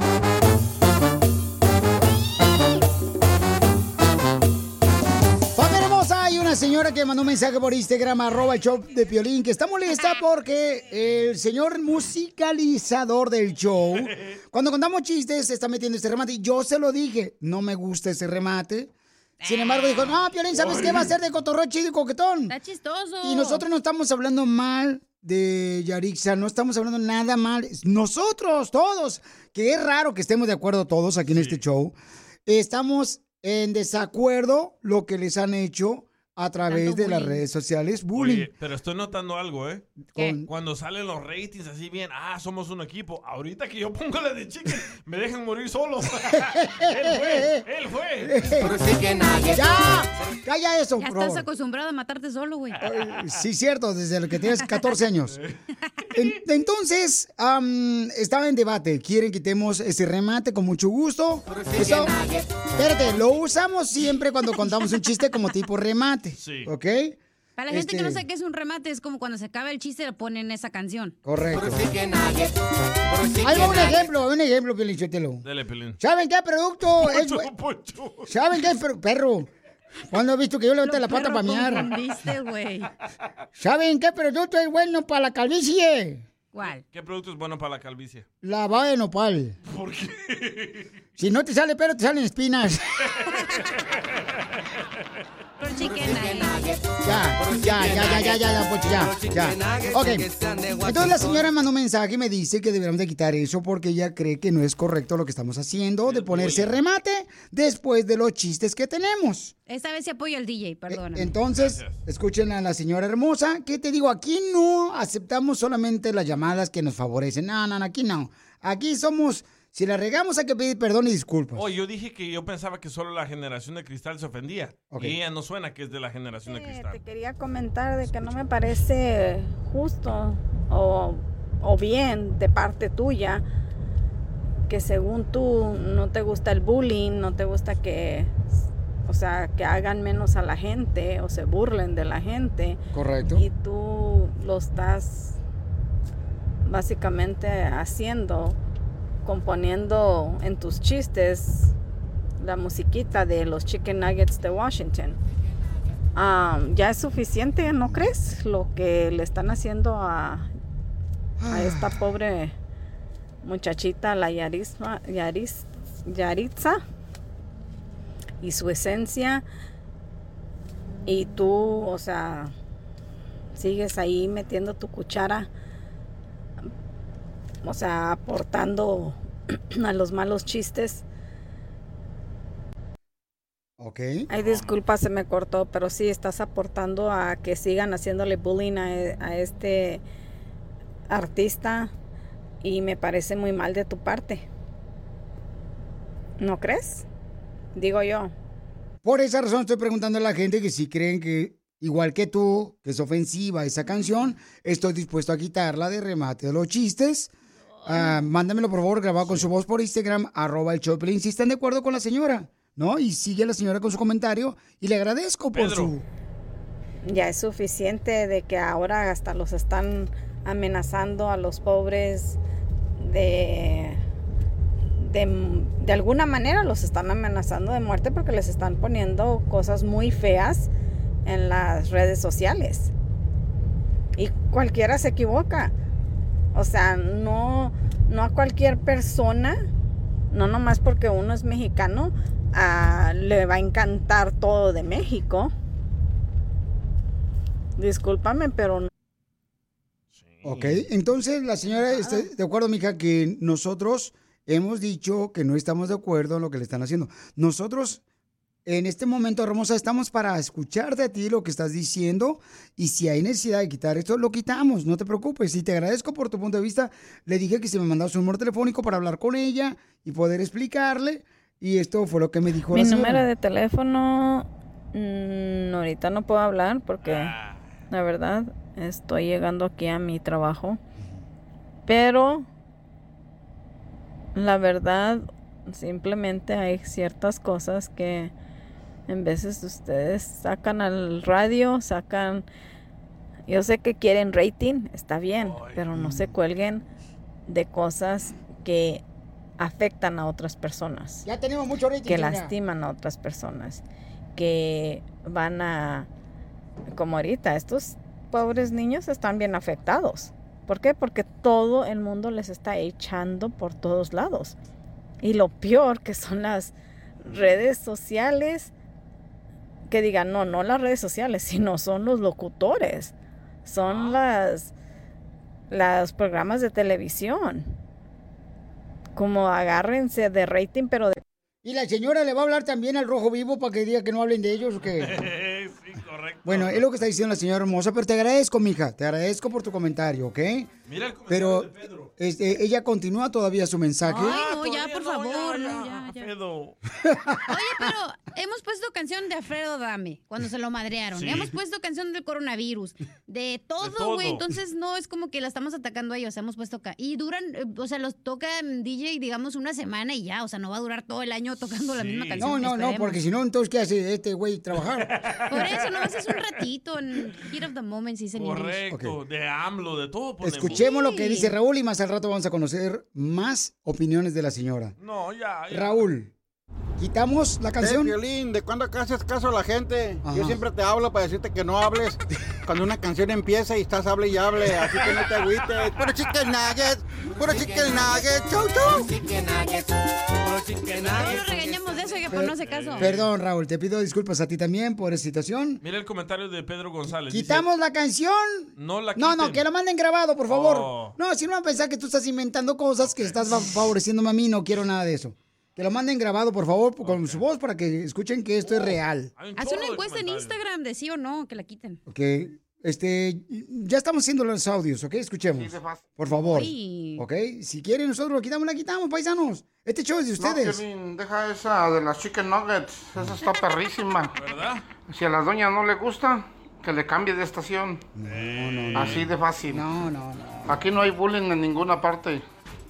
¡Familia hermosa! Hay una señora que mandó un mensaje por Instagram, arroba el show de Piolín, que está molesta porque el señor musicalizador del show, cuando contamos chistes, se está metiendo este remate. Y yo se lo dije, no me gusta ese remate. Sin embargo, dijo, no, Piolín, ¿sabes qué va a ser de cotorreo chido y coquetón? Está chistoso. Y nosotros no estamos hablando mal de Yarixa, no estamos hablando nada mal. Nosotros, todos, que es raro que estemos de acuerdo todos aquí en este show, estamos en desacuerdo lo que les han hecho a través Tanto de las bullying. redes sociales. Bullying. Oye, pero estoy notando algo, ¿eh? ¿Qué? Cuando salen los ratings así bien, ah, somos un equipo. Ahorita que yo pongo la de chicken, me dejan morir solos. Él fue, él fue. Puro chicken nugget. ¡Ya! ¡Calla eso, Ya por estás favor! acostumbrado a matarte solo, güey. Sí, cierto, desde lo que tienes catorce años. En- entonces, am, estaba en debate. ¿Quieren que quitemos ese remate con mucho gusto? Eso, espérate, lo usamos siempre cuando contamos un chiste como tipo remate. Sí. ¿Ok? Para la gente que no Este, sabe qué es un remate, es como cuando se acaba el chiste le ponen esa canción. Correcto. Puro chicken nugget, puro chicken Ahí va un nugget. ejemplo, un ejemplo, Piolichotelo. Dale, Pelín. ¿Saben qué producto es? bu- ¿Saben qué es per- perro? ¿Cuándo has visto que yo levanté la pata Perro, para mear? confundiste, güey. ¿Saben qué producto es bueno para la calvicie? ¿Cuál? ¿Qué producto es bueno para la calvicie? La baba de nopal. ¿Por qué? Si no te sale pelo, te salen espinas. Puro chicken nugget. Ya, ya, ya, ya, ya, ya, ya, Pocho, ya, ya. Ok. Entonces la señora mandó un mensaje y me dice que deberíamos de quitar eso porque ella cree que no es correcto lo que estamos haciendo de ponerse remate después de los chistes que tenemos. Esta vez sí apoyo al D J, perdóname. Entonces, escuchen a la señora hermosa, que te digo, aquí no aceptamos solamente las llamadas que nos favorecen. No, no, no, aquí no. Aquí somos, si la regamos hay que pedir perdón y disculpas. Oh, yo dije que yo pensaba que solo la generación de cristal se ofendía. Ok. Y ella no suena que es de la generación de cristal. Te quería comentar de que no me parece justo o, o bien de parte tuya que según tú no te gusta el bullying, no te gusta que, o sea, que hagan menos a la gente o se burlen de la gente. Correcto. Y tú lo estás básicamente haciendo, componiendo en tus chistes la musiquita de los Chicken Nuggets de Washington. Um, ya es suficiente, ¿no crees? Lo que le están haciendo a, a esta pobre muchachita, la Yarisma, Yaris, Yaritza, y su esencia, y tú, o sea, sigues ahí metiendo tu cuchara, o sea, aportando a los malos chistes. Ok. Ay, disculpa, se me cortó, pero sí estás aportando a que sigan haciéndole bullying a, a este artista y me parece muy mal de tu parte. ¿No crees? Digo yo. Por esa razón estoy preguntando a la gente que si creen que igual que tú, que es ofensiva esa canción, estoy dispuesto a quitarla de remate de los chistes. Ah, mándamelo, por favor, grabado con su voz por Instagram, arroba el show de Piolín, si están de acuerdo con la señora, ¿no? Y sigue a la señora con su comentario y le agradezco por Pedro. su... Ya es suficiente de que ahora hasta los están amenazando a los pobres de, de, de alguna manera los están amenazando de muerte porque les están poniendo cosas muy feas en las redes sociales. Y cualquiera se equivoca. O sea, no, no a cualquier persona, no nomás porque uno es mexicano, ah, le va a encantar todo de México. Discúlpame, pero no. Ok, entonces la señora está de acuerdo, mija, que nosotros hemos dicho que no estamos de acuerdo en lo que le están haciendo. Nosotros, en este momento, hermosa, estamos para escucharte a ti lo que estás diciendo y si hay necesidad de quitar esto, lo quitamos, no te preocupes. Y te agradezco por tu punto de vista. Le dije que se me mandaba su número telefónico para hablar con ella y poder explicarle y esto fue lo que me dijo Mi la señora. número de teléfono, mm, ahorita no puedo hablar porque la verdad estoy llegando aquí a mi trabajo, pero la verdad simplemente hay ciertas cosas que en veces ustedes sacan al radio, sacan, yo sé que quieren rating, está bien, pero no se cuelguen de cosas que afectan a otras personas, Ya tenemos mucho rating, que señora. lastiman a otras personas, que van a, como ahorita, estos pobres niños están bien afectados. ¿Por qué? Porque todo el mundo les está echando por todos lados. Y lo peor que son las redes sociales, que digan, no, no las redes sociales, sino son los locutores, son las, los programas de televisión. Como agárrense de rating, pero de... ¿Y la señora le va a hablar también al Rojo Vivo para que diga que no hablen de ellos o qué? Sí, correcto. Bueno, es lo que está diciendo la señora hermosa, pero te agradezco, mija, te agradezco por tu comentario, ¿ok? Mira el comentario Pero de Pedro. este, ella continúa todavía su mensaje. Ay, no, ya, por favor, no, ya, ya. Pedro. Oye, pero hemos puesto canción de Alfredo Dame cuando se lo madrearon. Sí. Hemos puesto canción del coronavirus, de todo, todo. güey. Entonces no es como que la estamos atacando a ellos. Hemos puesto ca- y duran, eh, o sea, los tocan D J, digamos, una semana y ya. O sea, no va a durar todo el año tocando la misma canción. No, no, no, esperemos. porque si no, entonces, ¿qué hace este güey trabajar? Por eso, nomás es un ratito en Heat of the Moment, si se Correcto, de AMLO, de todo ponemos. Escuchemos lo que dice Raúl y más al rato vamos a conocer más opiniones de la señora. No, ya, ya. Raúl, ¿quitamos la canción? Eh, Piolín, ¿de cuándo acá haces caso a la gente? Ajá. Yo siempre te hablo para decirte que no hables cuando una canción empieza y estás hable y hable, así que no te agüites. Puro chicken nuggets, puro chicken nuggets, chau, chau. No lo regañamos de eso, que pues no hace caso. Perdón, Raúl, te pido disculpas a ti también por esa situación. Mira el comentario de Pedro González. ¿Quitamos Dice, la canción? No la No, no, quiten. que lo manden grabado, por favor. Oh. No, si no van a pensar que tú estás inventando cosas, que estás fa- favoreciéndome a mí, no quiero nada de eso. Que lo manden grabado, por favor, con su voz para que escuchen que esto es real. Haz una encuesta en Instagram de sí o no, que la quiten. Ok, este, ya estamos haciendo los audios, ¿ok? Escuchemos. Por favor. Ay. Ok, si quieren nosotros lo quitamos, la quitamos, paisanos. Este show es de No, ustedes. Piolín, deja esa de las chicken nuggets, esa está perrísima. ¿Verdad? Si a la doña no le gusta, que le cambie de estación. No, no, no. Así de fácil. No, no, no. Aquí no hay bullying en ninguna parte.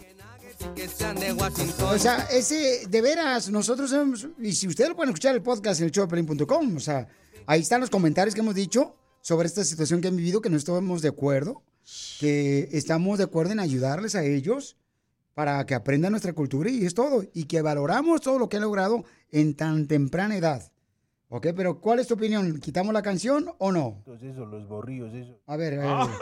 O sea, ese, de veras, nosotros hemos, y si ustedes lo pueden escuchar el podcast en el show de Piolín punto com, o sea, ahí están los comentarios que hemos dicho sobre esta situación que han vivido, que no estamos de acuerdo, que estamos de acuerdo en ayudarles a ellos para que aprendan nuestra cultura y es todo, y que valoramos todo lo que han logrado en tan temprana edad. Ok, pero ¿cuál es tu opinión? ¿Quitamos la canción o no? Eso, los borrillos, eso. A ver, a ver. Ah.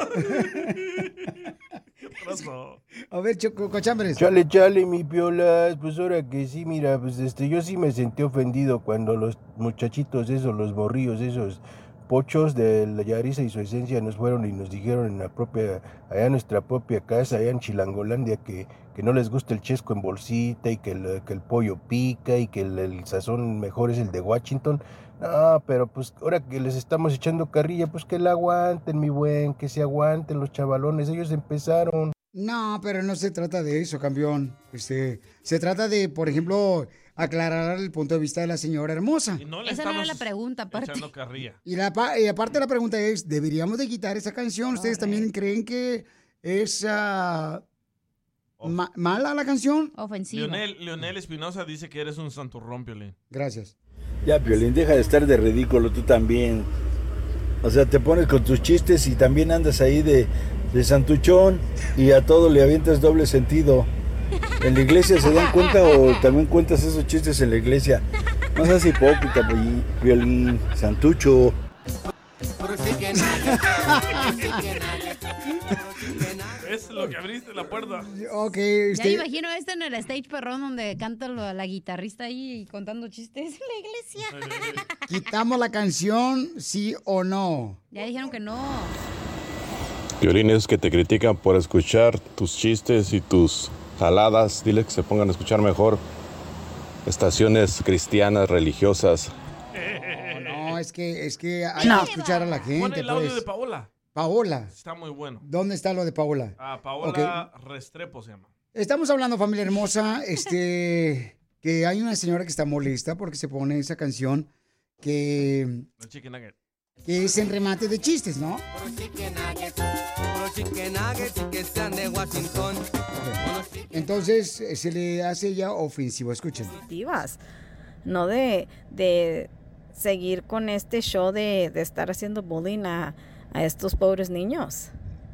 ¿Qué pasó? A ver, Choco, Cochambres. Chale, chale, mi piolas. Pues ahora que sí, mira, pues este, yo sí me sentí ofendido cuando los muchachitos esos, los borrillos esos, pochos de la Yarisa y su esencia nos fueron y nos dijeron en la propia, allá en nuestra propia casa, allá en Chilangolandia, que, que no les gusta el chesco en bolsita y que el, que el pollo pica y que el, el sazón mejor es el de Washington. No, pero pues ahora que les estamos echando carrilla, pues que la aguanten, mi buen, que se aguanten los chavalones, ellos empezaron. No, pero no se trata de eso, campeón. Este, se trata de, por ejemplo, aclarar el punto de vista de la señora hermosa. Y no le Esa no era estamos la pregunta, aparte. echando carrilla. Y, la, pa- y aparte la pregunta es, ¿deberíamos de quitar esa canción? ¿Ustedes también creen que es ah, ma- mala la canción? Ofensiva. Leonel, Leonel Espinosa dice que eres un santurrón, Piolín. Gracias. Ya, Piolín, deja de estar de ridículo tú también. O sea, te pones con tus chistes y también andas ahí de, de santuchón y a todo le avientas doble sentido. ¿En la iglesia se dan cuenta o también cuentas esos chistes en la iglesia? No seas hipócrita, Piolín, santucho. Es lo que abriste la puerta. Ok, Ya este, imagino este en el stage perrón donde canta la, la guitarrista ahí y contando chistes en la iglesia. ¿quitamos la canción, sí o no? Ya dijeron que no. Piolín, esos que te critican por escuchar tus chistes y tus jaladas, diles que se pongan a escuchar mejor estaciones cristianas, religiosas. No, es que, es que hay No. que escuchar a la gente. Pon el audio pues. de Paola. Paola. Está muy bueno. ¿Dónde está lo de Paola? Ah, Paola Restrepo se llama. Estamos hablando, familia hermosa, este, que hay una señora que está molesta porque se pone esa canción que, El chicken nugget. que es en remate de chistes, ¿no? Puro chicken nuggets y que sean de Washington. Entonces eh, se le hace ya ofensivo. Escuchen. Positivas, no de, de seguir con este show de, de estar haciendo bullying a, a estos pobres niños.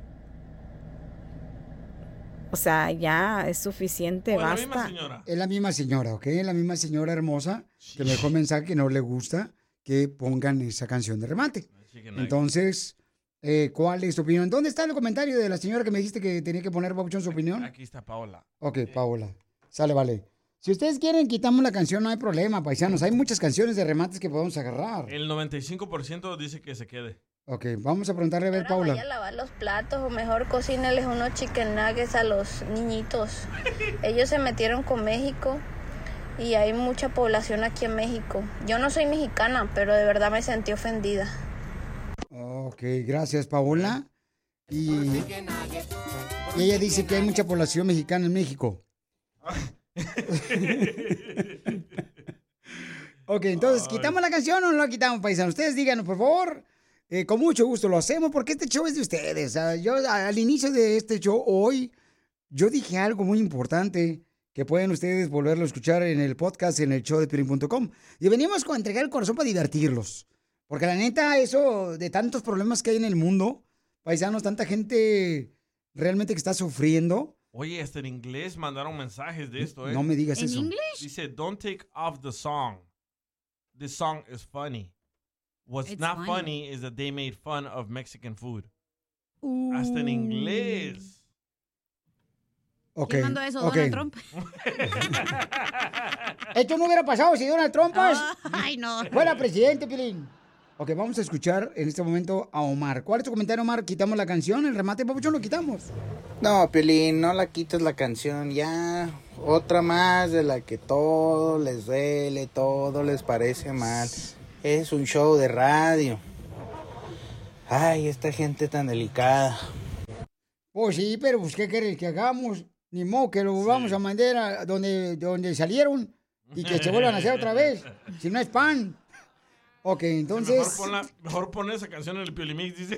O sea, ya es suficiente, O la basta. misma señora. Es la misma señora, ¿ok? La misma señora hermosa que me dejó un mensaje que no le gusta que pongan esa canción de remate. Entonces, eh, ¿cuál es tu opinión? ¿Dónde está el comentario de la señora que me dijiste que tenía que poner, Papuchón, su opinión? Aquí está Paola. Ok, Paola. Sale, vale. Si ustedes quieren, quitamos la canción, no hay problema, paisanos. Hay muchas canciones de remates que podemos agarrar. El noventa y cinco por ciento dice que se quede. Ok, vamos a preguntarle a ver, Vaya a Paula. lavar los platos o mejor cocínales unos chicken nuggets a los niñitos. Ellos se metieron con México y hay mucha población aquí en México. Yo no soy mexicana, pero de verdad me sentí ofendida. Ok, gracias, Paola. Y, y ella dice que hay mucha población mexicana en México. Ok, entonces, ¿quitamos la canción o no la quitamos, paisanos? Ustedes díganos, por favor. Eh, con mucho gusto lo hacemos porque este show es de ustedes. Ah, yo al inicio de este show hoy, yo dije algo muy importante que pueden ustedes volverlo a escuchar en el podcast en el show de piolín punto com. Y venimos con entregar el corazón para divertirlos. Porque la neta, eso de tantos problemas que hay en el mundo, paisanos, tanta gente realmente que está sufriendo. Oye, hasta en inglés mandaron mensajes de esto, ¿eh? No me digas ¿En eso. inglés? Dice, don't take off the song. This song is funny. What's It's not funny. funny is that they made fun of Mexican food. Hasta en inglés. Ok, ¿Quién mandó eso? ok. ¿Donald Trump? Esto no hubiera pasado si Donald Trump pues, Ay, no. fuera presidente, Pilín. Ok, vamos a escuchar en este momento a Omar. ¿Cuál es tu comentario, Omar? ¿Quitamos la canción? ¿El remate, Papuchón, lo quitamos? No, Piolín, no la quites la canción, ya. Otra más de la que todo les duele, todo les parece mal. Es un show de radio. Ay, esta gente tan delicada. Pues sí, pero pues, ¿qué quieres que hagamos? Ni modo que lo volvamos a mandar a donde, donde salieron y que se vuelvan a hacer otra vez. Si no es pan. Ok, entonces... Mejor pon, la- mejor pon esa canción en el Piolimix, dice.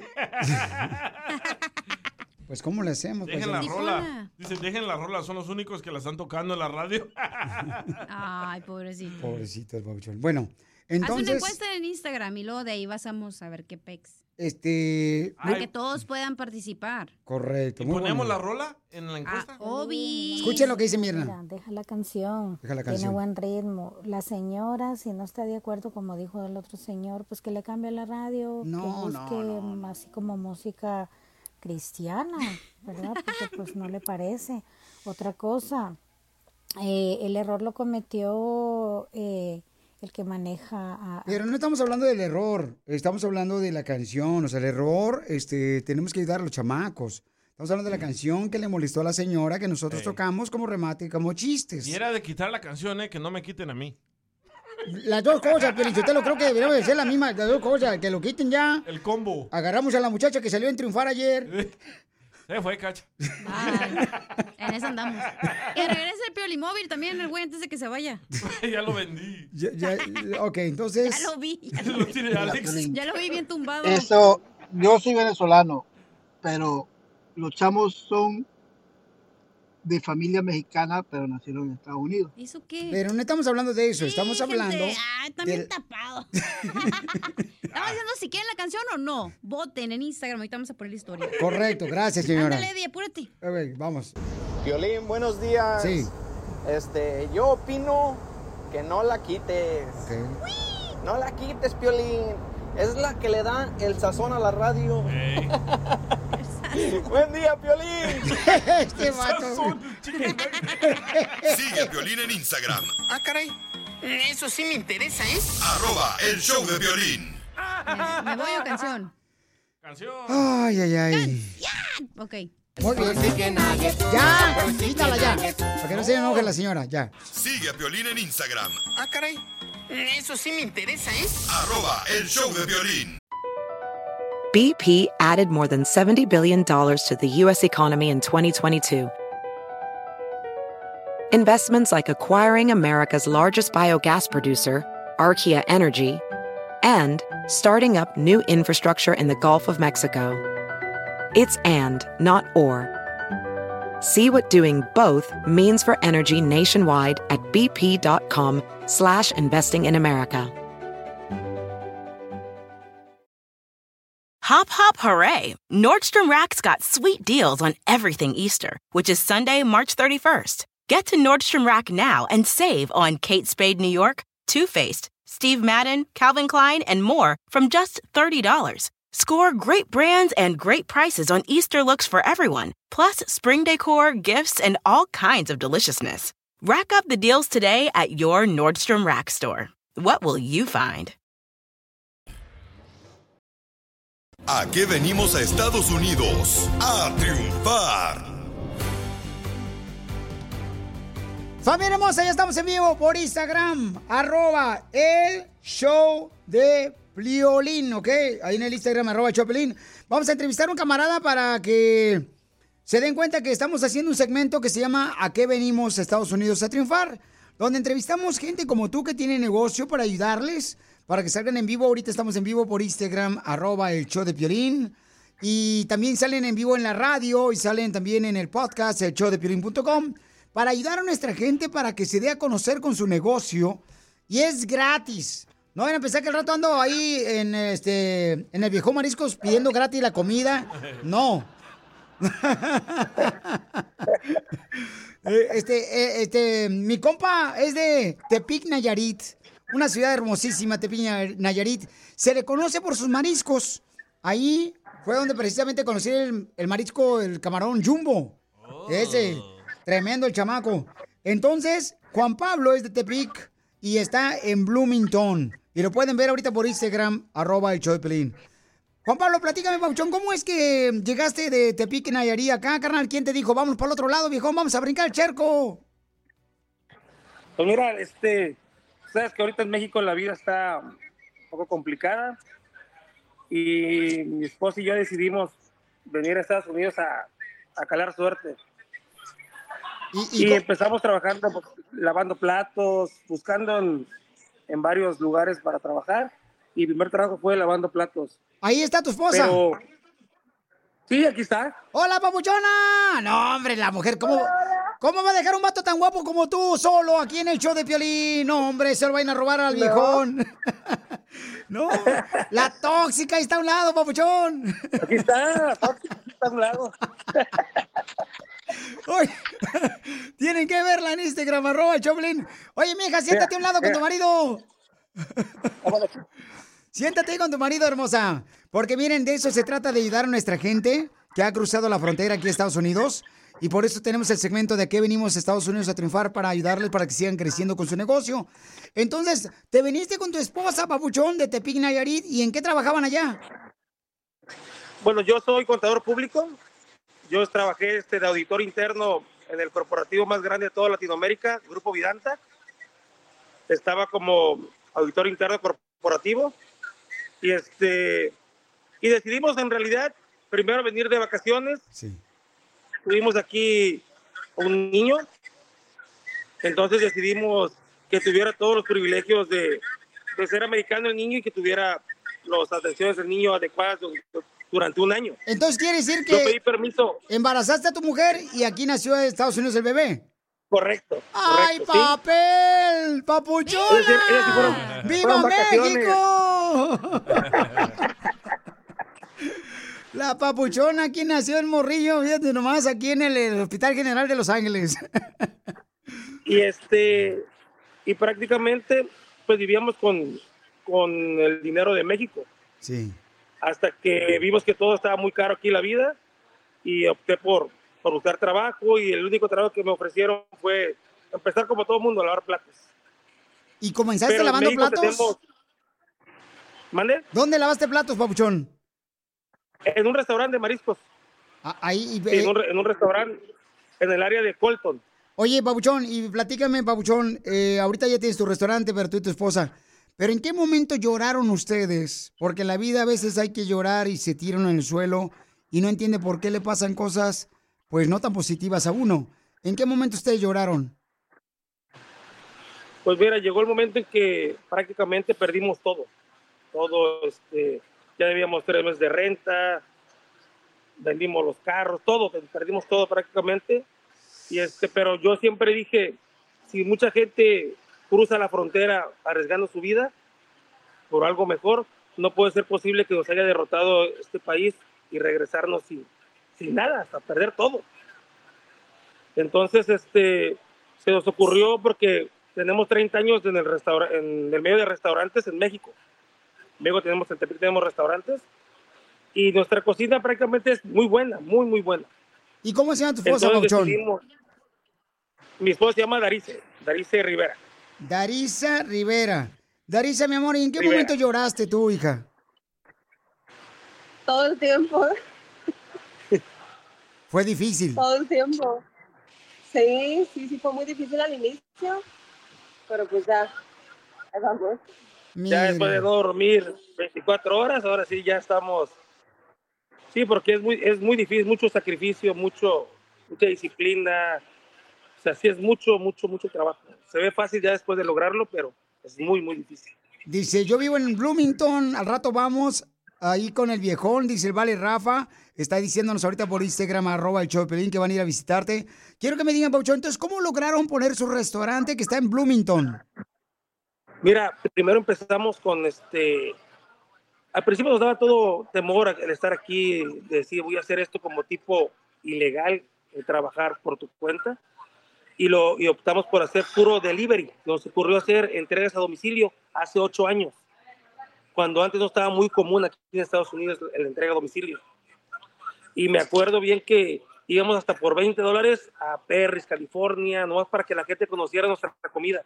Pues, ¿cómo le hacemos? Dejen Pues, la rola. Dice, dejen la rola, son los únicos que la están tocando en la radio. Ay, pobrecito. Pobrecito el Papuchón. Bueno, Haz una entonces... encuesta en Instagram y luego de ahí vamos a ver qué pex. Este... Para que todos puedan participar. Correcto. ¿Y muy ponemos bueno. la rola en la encuesta? Obi. Escuchen lo que dice Mirna. Mira, deja la canción. Deja la Tiene canción. buen ritmo. La señora, si no está de acuerdo, como dijo el otro señor, pues que le cambie la radio, No, que busque no, no, no. así como música cristiana, ¿verdad? Porque pues no le parece. Otra cosa, eh, el error lo cometió eh, el que maneja a... Pero no estamos hablando del error, estamos hablando de la canción, o sea, el error, este, tenemos que ayudar a los chamacos. Estamos hablando de la canción que le molestó a la señora que nosotros Sí. tocamos como remate, como chistes. Y era de quitar la canción, ¿eh? Que no me quiten a mí. Las dos cosas, pero yo lo creo que deberíamos de ser la misma, las dos cosas, que lo quiten ya. El combo. Agarramos a la muchacha que salió en triunfar ayer. Se fue, Cacha. Ay, en eso andamos. Que regrese el Piolimóvil también, el güey, antes de que se vaya. Ya lo vendí. Ya, ya, ok, entonces... Ya lo vi. Ya lo, tiene Alex. Ya lo vi bien tumbado. Eso, yo soy venezolano, pero los chamos son de familia mexicana, pero nacieron en Estados Unidos. ¿Eso qué? Pero no estamos hablando de eso, estamos hablando... Ah, también del- tapado. Estamos diciendo si quieren la canción o no. Voten en Instagram, ahorita vamos a poner la historia. Correcto, gracias, señora. Ándale, Eddie, apúrate. A ver, vamos. Violín, buenos días. Sí. Este, yo opino que no la quites. No la quites, Piolín. Es la que le da el sazón a la radio. Buen día, Piolín. Este vato. Sigue a Piolín en Instagram. Ah, caray. Eso sí me interesa, ¿eh? Arroba el show de Piolín. ¿Me voy o canción? Canción. Ay, ay, ay. Ok. Muy bien. Ya, quítala ya. Para que no se enoje la señora, ya. Sigue a Piolín en Instagram. Ah, caray. Eso sí me interesa, ¿eh? Arroba el show de Piolín. B P added more than seventy billion dollars to the U S economy in twenty twenty-two. Investments like acquiring America's largest biogas producer, Archaea Energy, and starting up new infrastructure in the Gulf of Mexico. It's and, not or. See what doing both means for energy nationwide at bp.com slash investing in America. Hop, hop, hooray! Nordstrom Rack's got sweet deals on everything Easter, which is Sunday, March thirty-first. Get to Nordstrom Rack now and save on Kate Spade New York, Too Faced, Steve Madden, Calvin Klein, and more from just thirty dollars. Score great brands and great prices on Easter looks for everyone, plus spring decor, gifts, and all kinds of deliciousness. Rack up the deals today at your Nordstrom Rack store. What will you find? ¿A qué venimos a Estados Unidos? A triunfar. Familia hermosa, ya estamos en vivo por Instagram, arroba el show de Piolín, ¿ok? Ahí en el Instagram, arroba el show de Piolín. Vamos a entrevistar a un camarada para que se den cuenta que estamos haciendo un segmento que se llama ¿A qué venimos a Estados Unidos a triunfar? Donde entrevistamos gente como tú que tiene negocio para ayudarles, para que salgan en vivo. Ahorita estamos en vivo por Instagram, arroba el show de Piolín. Y también salen en vivo en la radio y salen también en el podcast, el show de piolín punto com. Para ayudar a nuestra gente para que se dé a conocer con su negocio. Y es gratis. No vayan a pensar que el rato ando ahí en, este, en el Viejo Mariscos pidiendo gratis la comida. No. este, este, mi compa es de Tepic, Nayarit. Una ciudad hermosísima, Tepic, Nayarit. Se le conoce por sus mariscos. Ahí fue donde precisamente conocí el, el marisco, el camarón Jumbo. Oh. Ese... Tremendo el chamaco. Entonces, Juan Pablo es de Tepic y está en Bloomington. Y lo pueden ver ahorita por Instagram, arroba el show de Piolín. Juan Pablo, platícame, Pauchón, ¿cómo es que llegaste de Tepic, Nayarit acá, carnal? ¿Quién te dijo, vamos para el otro lado, viejón, vamos a brincar el charco? Pues mira, este, sabes que ahorita en México la vida está un poco complicada. Y mi esposa y yo decidimos venir a Estados Unidos a, a calar suerte. Y, y, y empezamos trabajando, pues, lavando platos, buscando en, en varios lugares para trabajar. Y mi primer trabajo fue lavando platos. Ahí está tu esposa. Pero, sí, aquí está. ¡Hola, papuchona! No, hombre, la mujer, ¿cómo, ¿cómo va a dejar un vato tan guapo como tú solo aquí en el show de Piolín? No, hombre, se lo van a robar al no. viejón. No, la tóxica está a un lado, papuchón. Aquí está, la tóxica está a un lado. Oye, tienen que verla en Instagram, arroba el Choplin. Oye, mija, siéntate a un lado con tu marido. Siéntate ahí con tu marido, hermosa. Porque miren, de eso se trata, de ayudar a nuestra gente que ha cruzado la frontera aquí a Estados Unidos. Y por eso tenemos el segmento de ¿A qué venimos a Estados Unidos a triunfar? Para ayudarles para que sigan creciendo con su negocio. Entonces, te viniste con tu esposa, papuchón, de Tepic, Nayarit. ¿Y en qué trabajaban allá? Bueno, yo soy contador público. Yo trabajé este, de auditor interno en el corporativo más grande de toda Latinoamérica, Grupo Vidanta. Estaba como auditor interno corporativo. Y, este, y decidimos en realidad primero venir de vacaciones. Sí. tuvimos aquí un niño, entonces decidimos que tuviera todos los privilegios de, de ser americano el niño y que tuviera las atenciones del niño adecuadas durante un año. Entonces quiere decir Yo pedí que permiso. embarazaste a tu mujer y aquí nació en Estados Unidos el bebé. Correcto. ¡Ay, correcto, ¿sí? papel! ¡Papuchona! Es decir, ellas sí fueron- ¡Viva fueron vacaciones. México! La papuchona, aquí nació el morrillo, fíjate nomás, aquí en el, el Hospital General de Los Ángeles. Y este y prácticamente pues vivíamos con, con el dinero de México. Sí. Hasta que vimos que todo estaba muy caro aquí la vida y opté por, por buscar trabajo y el único trabajo que me ofrecieron fue empezar como todo el mundo a lavar platos. ¿Y comenzaste Pero en lavando México platos? tenemos- ¿Mande? ¿Dónde lavaste platos, papuchón? En un restaurante de mariscos. Ah, ahí. Sí, en, un, re- en un restaurante en el área de Colton. Oye, papuchón, y platícame, papuchón, eh, ahorita ya tienes tu restaurante, pero tú y tu esposa. ¿Pero en qué momento lloraron ustedes? Porque en la vida a veces hay que llorar y se tiran en el suelo y no entiende por qué le pasan cosas, pues, no tan positivas a uno. ¿En qué momento ustedes lloraron? Pues mira, llegó el momento en que prácticamente perdimos todo. Todo, este, ya debíamos tres meses de renta, vendimos los carros, todo, perdimos todo prácticamente. Y este, pero yo siempre dije, si mucha gente cruza la frontera arriesgando su vida por algo mejor, no puede ser posible que nos haya derrotado este país y regresarnos sin, sin nada, hasta perder todo. Entonces, este, se nos ocurrió porque tenemos treinta años en el, restaura- en el medio de restaurantes en México. Luego tenemos, en Tepic tenemos restaurantes y nuestra cocina prácticamente es muy buena, muy, muy buena. ¿Y cómo se llama tu esposa, Entonces papuchón? decidimos- mi esposa se llama Darice, Darice Rivera. Darisa Rivera. Darisa, mi amor, ¿y en qué Rivera. momento lloraste tú, hija? Todo el tiempo, Fue difícil. todo el tiempo. Sí, sí, sí, fue muy difícil al inicio, pero pues ya, ahí vamos. Ya después de no dormir veinticuatro horas, ahora sí ya estamos. Sí, porque es muy, es muy difícil, mucho sacrificio, mucho, mucha disciplina. O sea, sí es mucho, mucho, mucho trabajo. Se ve fácil ya después de lograrlo, pero es muy, muy difícil. Dice, yo vivo en Bloomington, al rato vamos ahí con el viejón, dice el Vale Rafa, está diciéndonos ahorita por Instagram, arroba el show de Piolín, que van a ir a visitarte. Quiero que me digan, Pauchón, entonces, ¿cómo lograron poner su restaurante que está en Bloomington? Mira, primero empezamos con este. Al principio nos daba todo temor el estar aquí, de decir voy a hacer esto como tipo ilegal, de trabajar por tu cuenta. Y, lo, y optamos por hacer puro delivery. Nos ocurrió hacer entregas a domicilio hace ocho años, cuando antes no estaba muy común aquí en Estados Unidos la entrega a domicilio. Y me acuerdo bien que íbamos hasta por veinte dólares a Perris, California, nomás para que la gente conociera nuestra comida.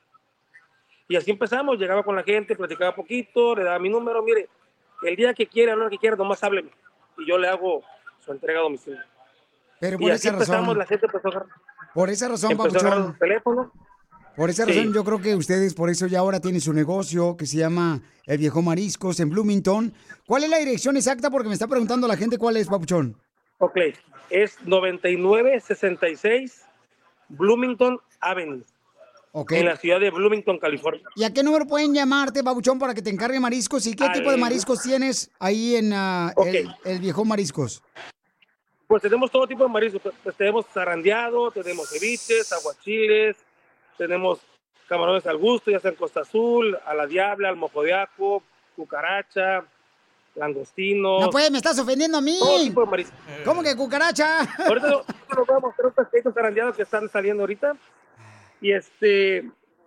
Y así empezamos, llegaba con la gente, platicaba poquito, le daba mi número, mire, el día que quiera, a la hora que quiera, nomás hábleme. Y yo le hago su entrega a domicilio. Pero Y por así esa empezamos, razón, la gente empezó a agarrar, por esa razón, empezó a agarrar Papuchón, su teléfono. por esa Sí. razón yo creo que ustedes por eso ya ahora tienen su negocio que se llama El Viejo Mariscos en Bloomington. ¿Cuál es la dirección exacta? Porque me está preguntando la gente cuál es, Papuchón. Ok, es noventa y nueve sesenta y seis Bloomington Avenue, Ok. en la ciudad de Bloomington, California. ¿Y a qué número pueden llamarte, Papuchón, para que te encargue mariscos? ¿Y qué Al- tipo de mariscos tienes ahí en ah, Ok. el, el Viejo Mariscos? Pues tenemos todo tipo de mariscos. Pues, pues tenemos zarandeado, tenemos ceviches, aguachiles, tenemos camarones al gusto, ya sea en Costa Azul, a la diabla, al mojo de ajo, cucaracha, langostino. No puedes, me estás ofendiendo a mí. Todo tipo de mariscos. ¿Cómo que cucaracha? Ahorita no- ahorita nos vamos a mostrar un pescadito zarandeado que están saliendo ahorita. Y este...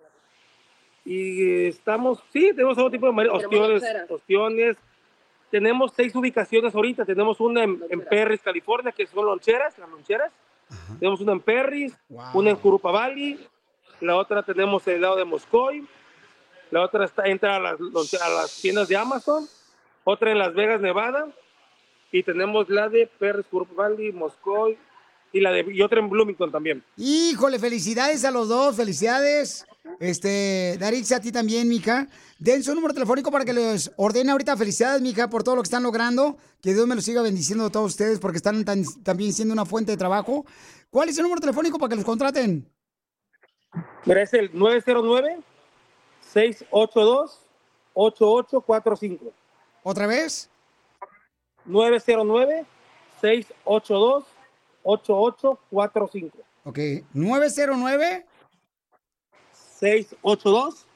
Y estamos, sí, tenemos todo tipo de mariscos, Tenemos ostiones, loncheras. ostiones. Tenemos seis ubicaciones ahorita. Tenemos una en, en Perris, California, que son loncheras, las loncheras. Tenemos una en Perris, una en Curupa Valley. La otra tenemos el lado de Moscoy. La otra está, entra a las, lonche- a las tiendas de Amazon. Otra en Las Vegas, Nevada. Y tenemos la de Perris, Curupa Valley, Moscoy y, la de, y otra en Bloomington también. Híjole, felicidades a los dos, felicidades. Este, Daritza, a ti también, mija. Den su número telefónico para que les ordene ahorita. Felicidades, mija, por todo lo que están logrando. Que Dios me los siga bendiciendo a todos ustedes porque están tan- también siendo una fuente de trabajo. ¿Cuál es el número telefónico para que los contraten? Mira, es el nueve cero nueve, seis ocho dos, ocho ocho cuatro cinco. ¿Otra vez? nueve cero nueve, seis ocho dos, ocho ocho cuatro cinco. Ok, nueve cero nueve. seis ocho dos,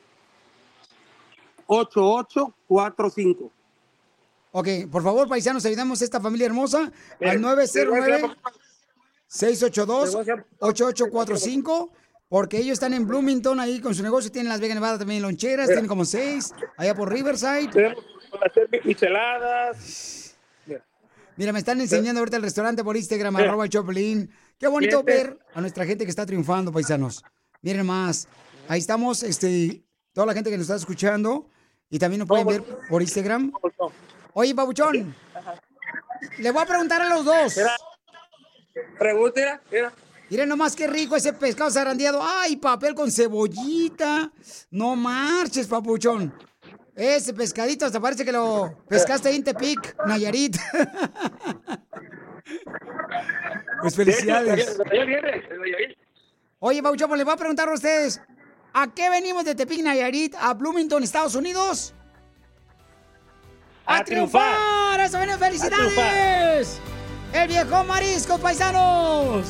ocho ocho cuatro cinco. Ok, por favor, paisanos, ayudamos a esta familia hermosa al nueve cero nueve, seis ocho dos, ocho ocho cuatro cinco, porque ellos están en Bloomington ahí con su negocio, tienen Las Vegas, Nevada también loncheras, Mira. tienen como seis, allá por Riverside. Tenemos para hacer micheladas. Mira. Mira, me están enseñando ahorita el restaurante por Instagram, Mira. arroba el Choplin. Qué bonito Siete. ver a nuestra gente que está triunfando, paisanos. Miren más, ahí estamos, este, toda la gente que nos está escuchando y también nos pueden ver por Instagram. Oye, Pabuchón, le voy a preguntar a los dos. Pregunta, mira. Miren nomás qué rico ese pescado zarandeado. Ay, papel con cebollita. No marches, Papuchón. Ese pescadito hasta parece que lo pescaste ahí en Tepic, Nayarit. Pues felicidades. Oye, Papuchón, pues les voy a preguntar a ustedes. ¿A qué venimos de Tepic, Nayarit, a Bloomington, Estados Unidos? ¡A, A triunfar! triunfar. ¡Eso viene! ¡Felicidades! ¡El viejo marisco, paisanos!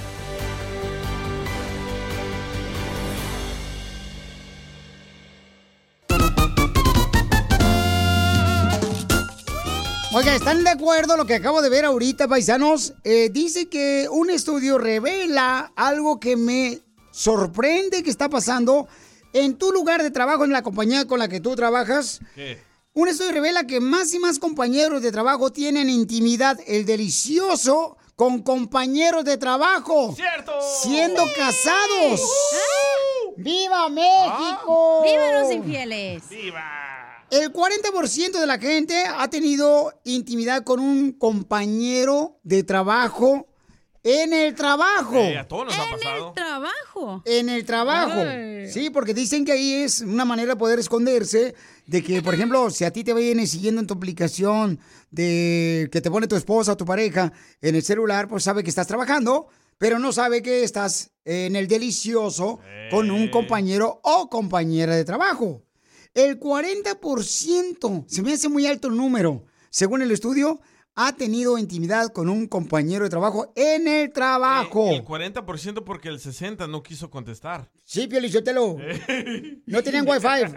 Oiga, ¿están de acuerdo lo que acabo de ver ahorita, paisanos? Eh, dice que un estudio revela algo que me sorprende que está pasando en tu lugar de trabajo, en la compañía con la que tú trabajas. ¿Qué? Un estudio revela que más y más compañeros de trabajo tienen intimidad, el delicioso, con compañeros de trabajo. ¡Cierto! Siendo casados. ¡Viva México! ¡Viva los infieles! El cuarenta por ciento de la gente ha tenido intimidad con un compañero de trabajo en el trabajo. Eh, a todos nos ha pasado. Trabajo. En el trabajo. Ay. Sí, porque dicen que ahí es una manera de poder esconderse de que, por ejemplo, si a ti te viene siguiendo en tu aplicación de que te pone tu esposa o tu pareja en el celular, pues sabe que estás trabajando, pero no sabe que estás en el delicioso con un compañero o compañera de trabajo. El cuarenta por ciento, se me hace muy alto el número, según el estudio, ha tenido intimidad con un compañero de trabajo en el trabajo. El cuarenta por ciento porque el sesenta por ciento no quiso contestar. Sí, Pio Lizotelo. No tenían wifi.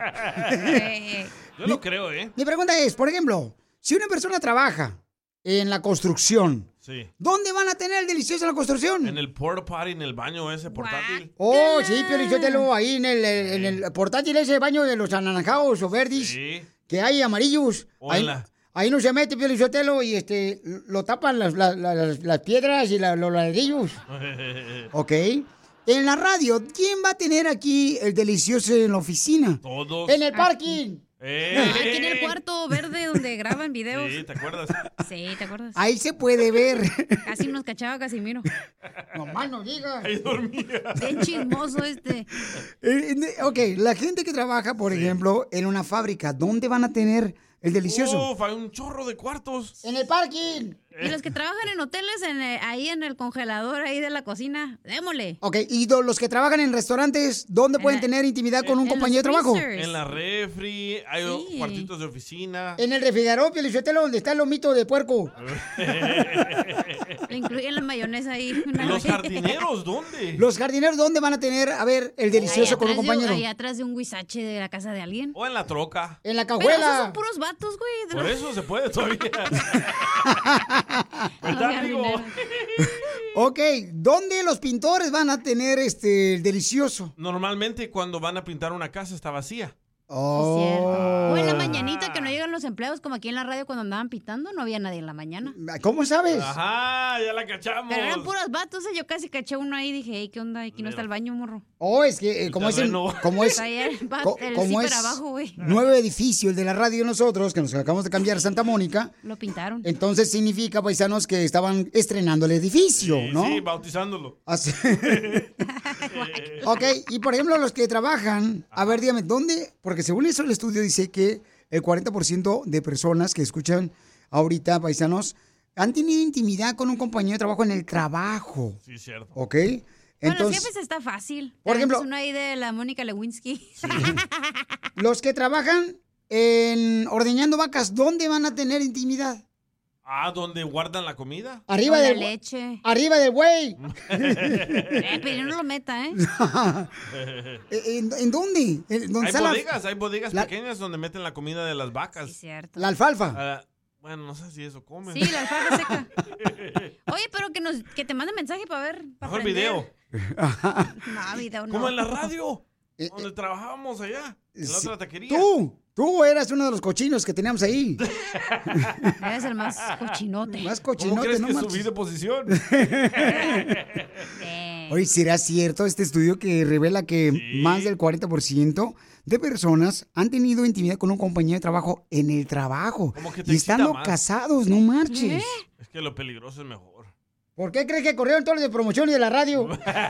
Yo lo creo, ¿eh? Mi pregunta es, por ejemplo, si una persona trabaja en la construcción, Sí. ¿dónde van a tener el delicioso en la construcción? En el porta potty, en el baño ese portátil. Oh, sí, Pio Lizotelo, ahí en el, en el portátil ese baño de los anaranjados o verdes, Sí. que hay amarillos. O Ahí, en la- ahí no se mete Pio Lizotelo y este, lo tapan las, las, las- las piedras y la- los ladrillos. Ok. En la radio, ¿quién va a tener aquí el delicioso en la oficina? Todos. En el parking. ¡Eh! Aquí en el cuarto verde donde graban videos. Sí, ¿te acuerdas? Sí, ¿te acuerdas? Ahí se puede ver. Casi nos cachaba Casimiro. No más no digas. Ahí dormía. Bien chismoso este. Eh, ok, la gente que trabaja, por ejemplo, en una fábrica, ¿dónde van a tener el delicioso? Uf, hay un chorro de cuartos. En el parking. Y los que trabajan en hoteles, en el- ahí en el congelador, ahí de la cocina, démosle. Ok, y do- los que trabajan en restaurantes, ¿dónde pueden tener intimidad con un en los compañero de trabajo? freezers. En la refri, hay Sí. cuartitos de oficina. En el refrigerador, Pielichotelo, donde está el lomito de puerco. Le incluyen la mayonesa ahí. ¿Y los jardineros dónde? Los jardineros, ¿dónde van a tener, a ver, el delicioso Ahí con un atrás de- compañero? Ahí atrás de un guisache de la casa de alguien. O en la troca. En la Pero esos cajuela. son puros vatos, güey. de Por los- eso se puede todavía. los ¿Verdad, amigo? jardineros. Ok, ¿dónde los pintores van a tener este el delicioso? Normalmente cuando van a pintar una casa está vacía. Oh. Es cierto. O en la mañanita que no llegan los empleados, como aquí en la radio cuando andaban pitando, no había nadie en la mañana. ¿Cómo sabes? Ajá, ya la cachamos. Pero eran puros vatos, yo casi caché uno ahí y dije, hey, ¿qué onda? Aquí no está el baño, morro. Oh, es que eh, como es, el, como es, Está ahí el, va- co- el como zipper es abajo, güey. nuevo edificio, el de la radio nosotros, que nos acabamos de cambiar a Santa Mónica. Lo pintaron. Entonces significa, paisanos, que estaban estrenando el edificio, ¿no? Sí, bautizándolo. Así- Ok, y por ejemplo, los que trabajan, a ver, dígame, ¿dónde? Porque según eso el estudio dice que el cuarenta por ciento de personas que escuchan ahorita, paisanos, han tenido intimidad con un compañero de trabajo en el trabajo. Sí, cierto. ¿Ok? Con los Entonces, jefes está fácil. Por ejemplo- Es una ahí de la Mónica Lewinsky. los que trabajan en ordeñando vacas, ¿dónde van a tener intimidad? Ah, ¿dónde guardan la comida? Arriba Con la del leche. Arriba del güey. Eh, pero no lo meta, ¿eh? ¿En, en dónde? ¿En dónde Hay está la- bodegas, hay bodegas la- pequeñas donde meten la comida de las vacas. Sí, cierto. La alfalfa. Ah, bueno, no sé si eso comen. Sí, la alfalfa seca. Oye, pero que nos que te mande mensaje para ver. Pa Mejor aprender. video. No, video no. Como en la radio, donde trabajábamos allá, en la sí. otra taquería. Tú, tú eras uno de los cochinos que teníamos ahí. Eres el más cochinote. Más ¿Cómo cochinote, crees no que marches. subí de posición? Oye, ¿será cierto este estudio que revela que más del cuarenta por ciento de personas han tenido intimidad con un compañero de trabajo en el trabajo? Como que te Y estando excita más. casados, no marches. Es que lo peligroso es mejor. ¿Por qué crees que corrieron todos los de promociones de la radio?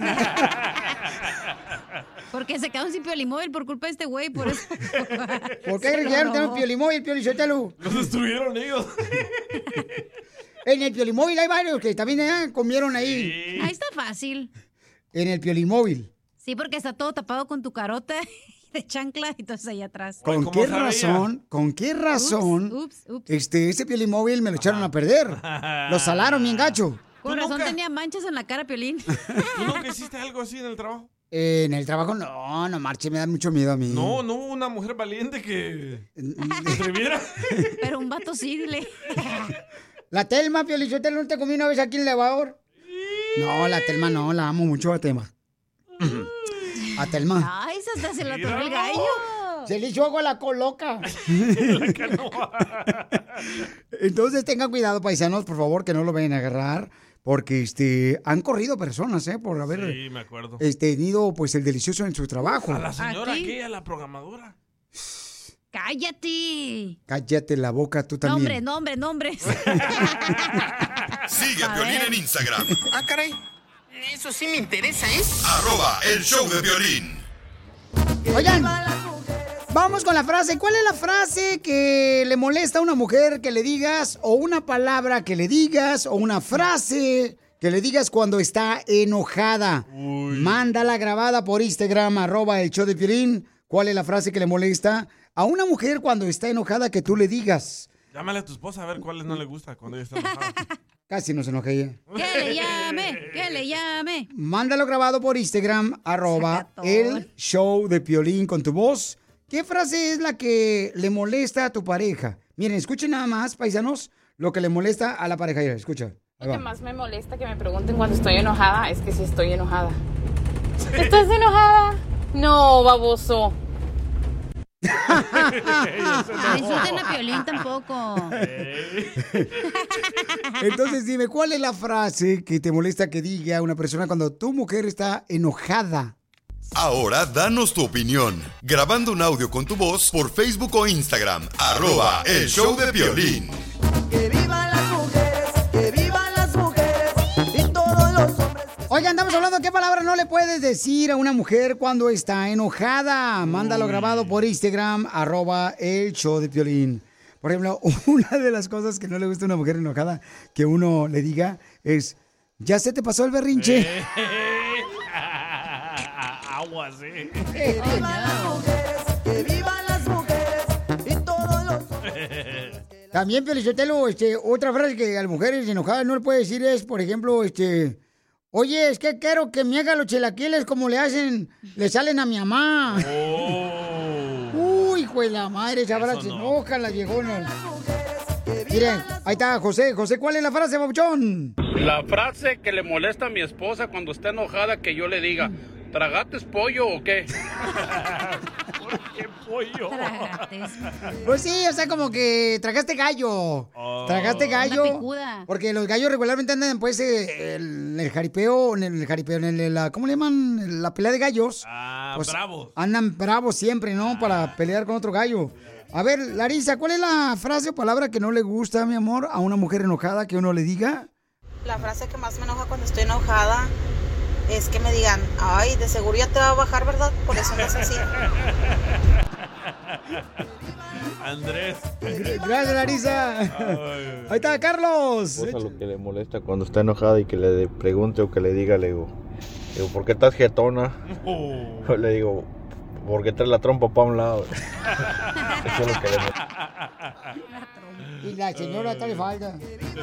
Porque se quedaron sin piolimóvil por culpa de este güey, por eso. ¿Por qué crees que ya no tenemos piolimóvil, piolichotelo? Los destruyeron ellos. En el piolimóvil hay varios que también eh, comieron ahí. Ahí está fácil. En el piolimóvil. Sí, porque está todo tapado con tu carota de chancla y todo eso ahí atrás. ¿Con qué razón? ¿Con qué razón? Ups, ups. Este, ese piolimóvil me lo echaron a perder. Lo salaron bien gacho. Con razón tenía manchas en la cara, Piolín. ¿Tú nunca hiciste algo así en el trabajo? Eh, en el trabajo no, no marche, me da mucho miedo a mí. No, no hubo una mujer valiente que se atreviera. Pero un vato sí, dile. La Telma, Piolichotelo, ¿no te comí una vez aquí en el elevador? No, la Telma no, la amo mucho a Telma. A Telma. Ay, se hasta se le atoró el gallo. Se le hizo agua a la coloca. Entonces tengan cuidado, paisanos, por favor, que no lo vayan a agarrar. Porque este han corrido personas, ¿eh? Por haber Sí, me acuerdo. este, tenido pues el delicioso en su trabajo. A la señora ¿Aquí? aquella, la programadora. ¡Cállate! Cállate la boca tú también. Nombre, nombre, nombres. Sigue a Piolín en Instagram. Ah, caray. Eso sí me interesa, ¿eh? Arroba el show de Piolín. Oigan, vamos con la frase. ¿Cuál es la frase que le molesta a una mujer que le digas, o una palabra que le digas, o una frase que le digas cuando está enojada? Mándala grabada por Instagram, arroba el show de Piolín. ¿Cuál es la frase que le molesta a una mujer cuando está enojada que tú le digas? Llámale a tu esposa a ver cuáles no le gusta cuando ella está enojada. Casi no se enoja ella. Que le llame, que le llame. Mándalo grabado por Instagram, arroba el show de Piolín con tu voz. ¿Qué frase es la que le molesta a tu pareja? Miren, escuchen nada más, paisanos, lo que le molesta a la pareja. Mira, escucha. Ahí Lo que va. más me molesta que me pregunten cuando estoy enojada es que si estoy enojada. ¿Estás enojada? No, baboso. No insulten a Piolín tampoco. Entonces dime, ¿cuál es la frase que te molesta que diga una persona cuando tu mujer está enojada? Ahora danos tu opinión. Grabando un audio con tu voz por Facebook o Instagram. Arroba el show de Piolín. Que vivan las mujeres, que vivan las mujeres y todos los hombres. Oigan, estamos hablando de qué palabra no le puedes decir a una mujer cuando está enojada. Mándalo grabado por Instagram, arroba el show de Piolín. Por ejemplo, una de las cosas que no le gusta a una mujer enojada que uno le diga es, ¿ya se te pasó el berrinche? Aguas, eh. Que vivan las mujeres, que vivan las mujeres y todos los hombres. También, Piolichotelo, este, otra frase que a las mujeres enojadas no le puede decir es, por ejemplo, este... Oye, es que quiero que me haga los chilaquiles como le hacen, le salen a mi mamá. Uy, hijo de la madre, esa frase se enoja las viejonas. Miren, ahí está José. José, ¿cuál es la frase, babuchón? La frase que le molesta a mi esposa cuando está enojada que yo le diga, ¿tragates pollo o qué? pollo. Pues sí, o sea, como que tragaste gallo. Oh. Tragaste gallo. Una picuda. Porque los gallos regularmente andan, pues, eh, en el jaripeo, en el jaripeo, en el, la, ¿cómo le llaman? La pelea de gallos. Ah, Pues, bravos. Andan bravos siempre, ¿no? Para pelear con otro gallo. A ver, Larisa, ¿cuál es la frase o palabra que no le gusta, mi amor, a una mujer enojada que uno le diga? La frase que más me enoja cuando estoy enojada es que me digan, ay, de seguro ya te va a bajar, ¿verdad? Por eso no es así. Andrés. Gracias, Larisa. Ahí está, Carlos. Cosa lo que le molesta cuando está enojada y que le pregunte o que le diga, le digo, digo ¿por qué estás jetona? Oh. O le digo, ¿por qué traes la trompa para un lado? Eso es lo que le molesta. Y la señora está le falta.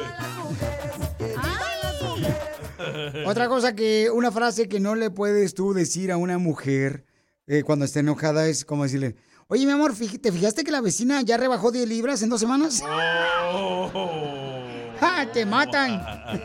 Otra cosa que, una frase que no le puedes tú decir a una mujer eh, cuando está enojada es como decirle, oye, mi amor, ¿te fijaste que la vecina ya rebajó diez libras en dos semanas? Oh. ¡Ja! ¡Te matan!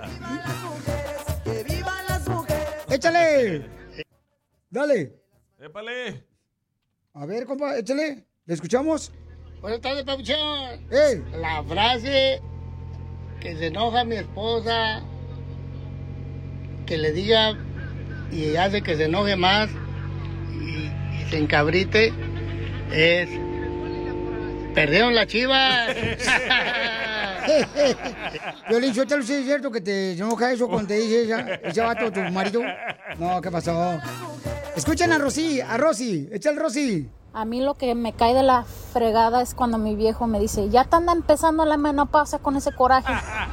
¡Échale! Dale. ¡Épale! A ver, compa, échale. ¿Le escuchamos? Buenas tardes, papuchón. ¡Ey! La frase que se enoja a mi esposa, que le diga y hace que se enoje más y, y se encabrite, es perdieron la chiva. Violín, yo te lo sé, ¿es cierto que te enoja eso cuando te dice esa, ese vato, tu marido? No, ¿qué pasó? Escuchen a Rosy, a Rosy, echa el Rosy. A mí lo que me cae de la fregada es cuando mi viejo me dice, ya te anda empezando la menopausia con ese coraje.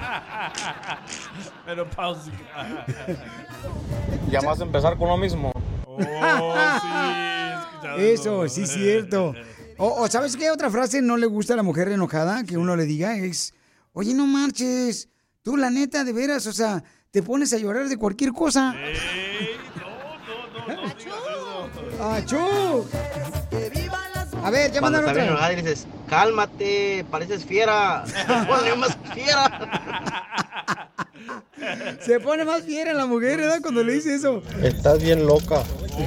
Menopausia. ¿Ya vas a empezar con lo mismo? Oh, sí, Eso, sí, cierto. O, o ¿sabes qué otra frase no le gusta a la mujer enojada que uno le diga? Es, oye, no marches, tú la neta, de veras, o sea, te pones a llorar de cualquier cosa. Ey, no, no, no, no. ¡Achú! A ver, ya Cuando mandaron estás bien otra. enojada y dices, cálmate, pareces fiera. Ponle más fiera. Se pone más fiera la mujer, ¿verdad? Cuando le dice eso. Estás bien loca.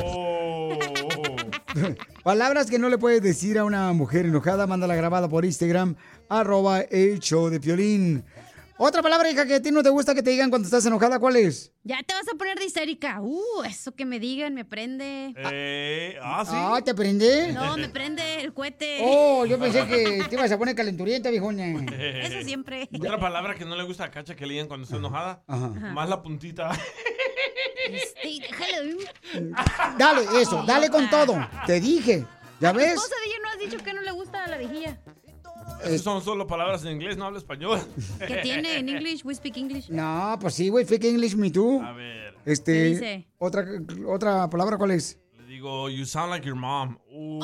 Palabras que no le puedes decir a una mujer enojada, mándala grabada por Instagram, arroba el show de Piolín. Otra palabra, hija, que a ti no te gusta que te digan cuando estás enojada, ¿cuál es? Ya te vas a poner de histérica. Uh, eso que me digan me prende. Eh, ah, sí. Ah, ¿te prende? No, me prende el cohete. Oh, yo pensé que te ibas a poner calenturienta, viejona. Eso siempre. Otra palabra que no le gusta a Cacha que le digan cuando está enojada. Ajá. Más la puntita. Este, déjalo. Dale, eso, dale con todo. Te dije, ¿ya Tu ves? esposa de ella no has dicho que no le gusta la viejilla. Esas son solo palabras en inglés, no habla español. ¿Qué tiene en English? We speak English. No, pues sí, güey, fake English, me too. A ver. Este, ¿Qué dice? Otra, otra palabra, ¿cuál es? Le digo, you sound like your mom. Uh.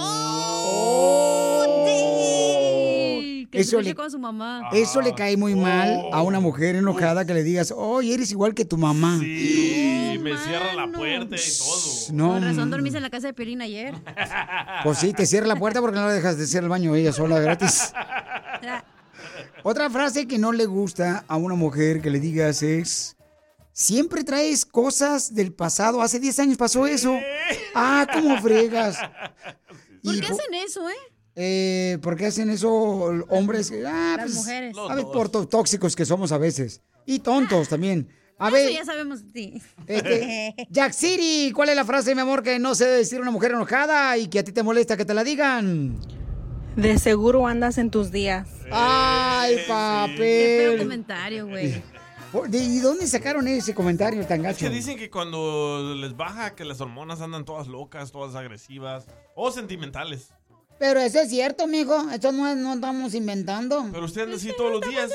Oh, dang. Que Eso se le- con su mamá. Eso le cae muy mal a una mujer enojada que le digas, oye, eres igual que tu mamá. Sí, me cierra la puerta y todo. No, Con razón dormiste en la casa de Piolín ayer. pues sí, te cierra la puerta porque no la dejas de hacer el baño ella sola gratis. Otra frase que no le gusta a una mujer que le digas es, siempre traes cosas del pasado, hace diez años pasó eso. Ah, ¿cómo fregas? ¿Por Y qué po- hacen eso, eh? Eh, ¿Por qué hacen eso hombres? Ah, Las pues, mujeres. A ver, por to- tóxicos que somos a veces. Y tontos también. A ver, Eso ya sabemos, sí. este, Jack City, ¿cuál es la frase, mi amor, que no se debe decir una mujer enojada y que a ti te molesta que te la digan? De seguro andas en tus días. Ay, Qué feo papel. comentario, güey. ¿De- ¿Y dónde sacaron ese comentario tan Es gacho? que dicen que cuando les baja, que las hormonas andan todas locas, todas agresivas o sentimentales. Pero eso es cierto, mijo. Eso no, es- no estamos inventando. Pero usted anda así todos los días.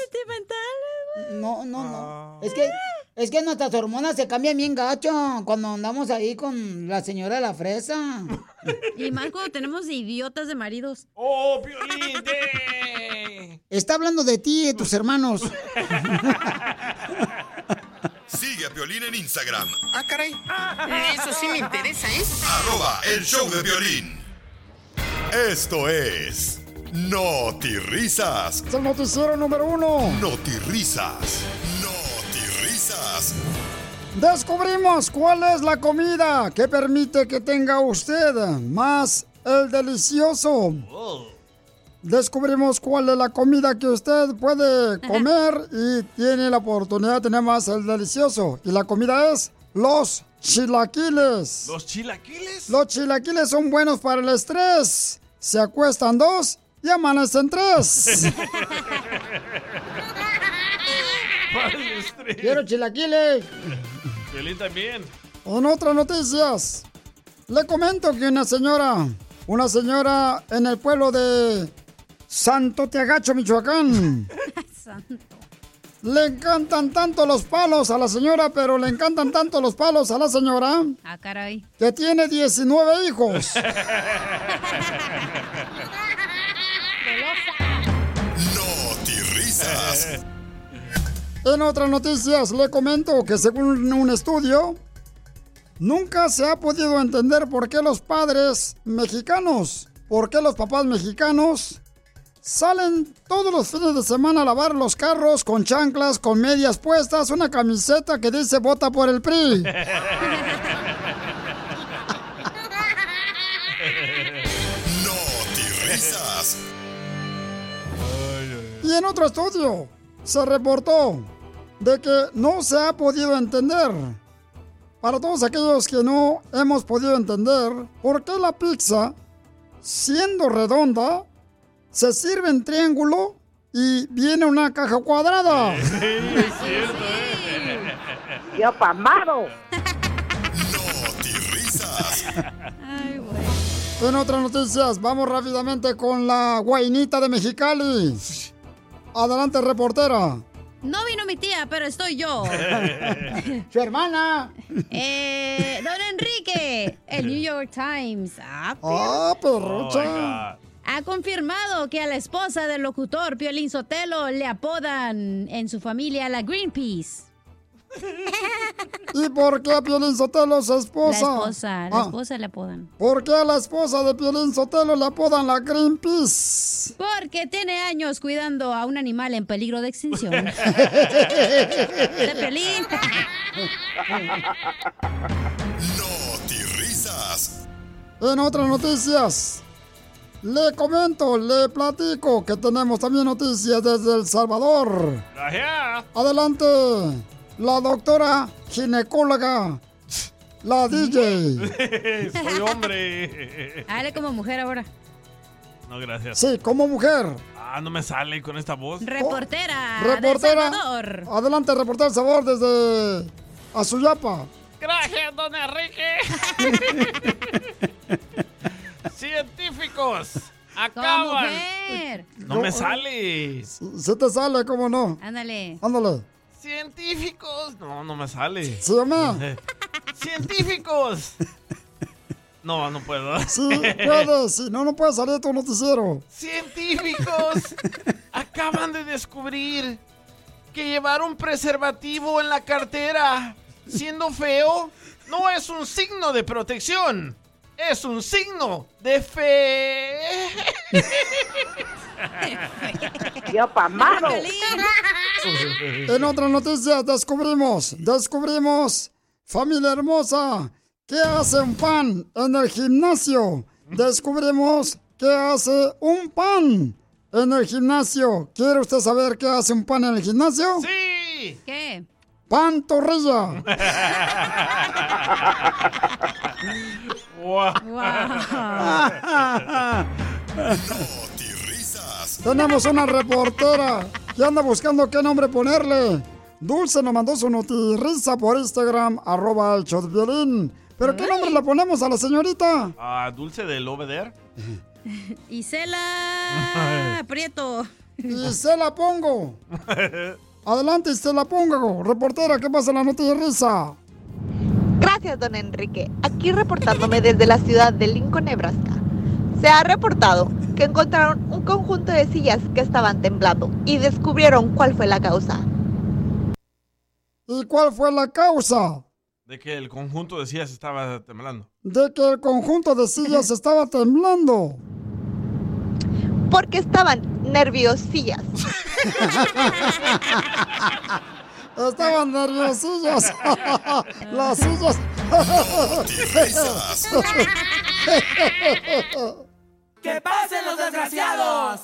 No, no, no. Es que, es que nuestras hormonas se cambian bien gacho cuando andamos ahí con la señora de la fresa. Y más cuando tenemos idiotas de maridos. ¡Oh, Piolín! de- Está hablando de ti y de tus hermanos. Sigue a Piolín en Instagram, Ah, caray. Eso sí me interesa, ¿eh? arroba el show de Piolín. Esto es Notirrisas. Es el noticiero número uno. Notirrisas. Notirrisas. Descubrimos cuál es la comida que permite que tenga usted más el delicioso. Descubrimos cuál es la comida que usted puede comer y tiene la oportunidad de tener más el delicioso. Y la comida es los chilaquiles. ¿Los chilaquiles? Los chilaquiles son buenos para el estrés. Se acuestan dos y amanecen tres. Para el estrés. Quiero chilaquiles. Piolín también. En otras noticias, le comento que una señora, una señora en el pueblo de Santo Teagacho, Michoacán. Santo. Le encantan tanto los palos a la señora, pero le encantan tanto los palos a la señora. Ah, caray. Que tiene diecinueve hijos. No te risas. En otras noticias, le comento que según un estudio, nunca se ha podido entender por qué los padres mexicanos, por qué los papás mexicanos salen todos los fines de semana a lavar los carros con chanclas, con medias puestas, una camiseta que dice vota por el P R I. No te risas. Y en otro estudio se reportó de que no se ha podido entender, para todos aquellos que no hemos podido entender, por qué la pizza, siendo redonda, se sirve en triángulo y viene una caja cuadrada. Sí, es cierto, ¿eh? ¡Yo pamado! No te risas. Ay, güey. En otras noticias, vamos rápidamente con la Guainita de Mexicali. Adelante, reportera. No vino mi tía, pero estoy yo. Su hermana. Eh, don Enrique, el New York Times. Ah, Ah, perrucha. ha confirmado que a la esposa del locutor Piolín Sotelo le apodan en su familia la Greenpeace. ¿Y por qué a Piolín Sotelo, su esposa? La esposa, la Ah, esposa le apodan. ¿por qué a la esposa de Piolín Sotelo le apodan la Greenpeace? Porque tiene años cuidando a un animal en peligro de extinción. De Piolín. No te risas. En otras noticias, le comento, le platico que tenemos también noticias desde El Salvador. Gracias. Adelante, la doctora ginecóloga, la D J. Soy hombre. Hable como mujer ahora. No, gracias. Sí, como mujer. Ah, no me sale con esta voz. Reportera. Reportera. de Salvador. Adelante, reportera El Sabor desde Azuyapa. Gracias, don Enrique. Científicos acaban. mujer. No me sale. Se te sale, ¿cómo no? Ándale. Ándale. Científicos. No, no me sale. ¿Sí, mamá? Científicos. No, no puedo. Sí, puedes. Si no, no puedes salir de tu noticiero. Científicos acaban de descubrir que llevar un preservativo en la cartera, siendo feo, no es un signo de protección. Es un signo de fe. ¡Yo pamado! En otras noticias descubrimos, descubrimos, familia hermosa, ¿qué hace un pan en el gimnasio? Descubrimos qué hace un pan en el gimnasio. ¿Quiere usted saber qué hace un pan en el gimnasio? ¡Sí! ¿Qué? ¡Pantorrilla! Wow. No te risas. Tenemos una reportera que anda buscando qué nombre ponerle. Dulce nos mandó su notirrisa por Instagram, arroba el show de Piolín. ¿Pero qué nombre le ponemos a la señorita? Ah, Dulce del Obeder. Isela Prieto. Isela Pongo. Adelante, Isela Pongo. Reportera, ¿qué pasa en la notirrisa? Gracias, don Enrique. Aquí reportándome desde la ciudad de Lincoln, Nebraska. Se ha reportado que encontraron un conjunto de sillas que estaban temblando y descubrieron cuál fue la causa. ¿Y cuál fue la causa? De que el conjunto de sillas estaba temblando. De que el conjunto de sillas estaba temblando. Porque estaban nerviosillas. Estaban nerviosillas. Las sillas. ¡Que pasen los desgraciados!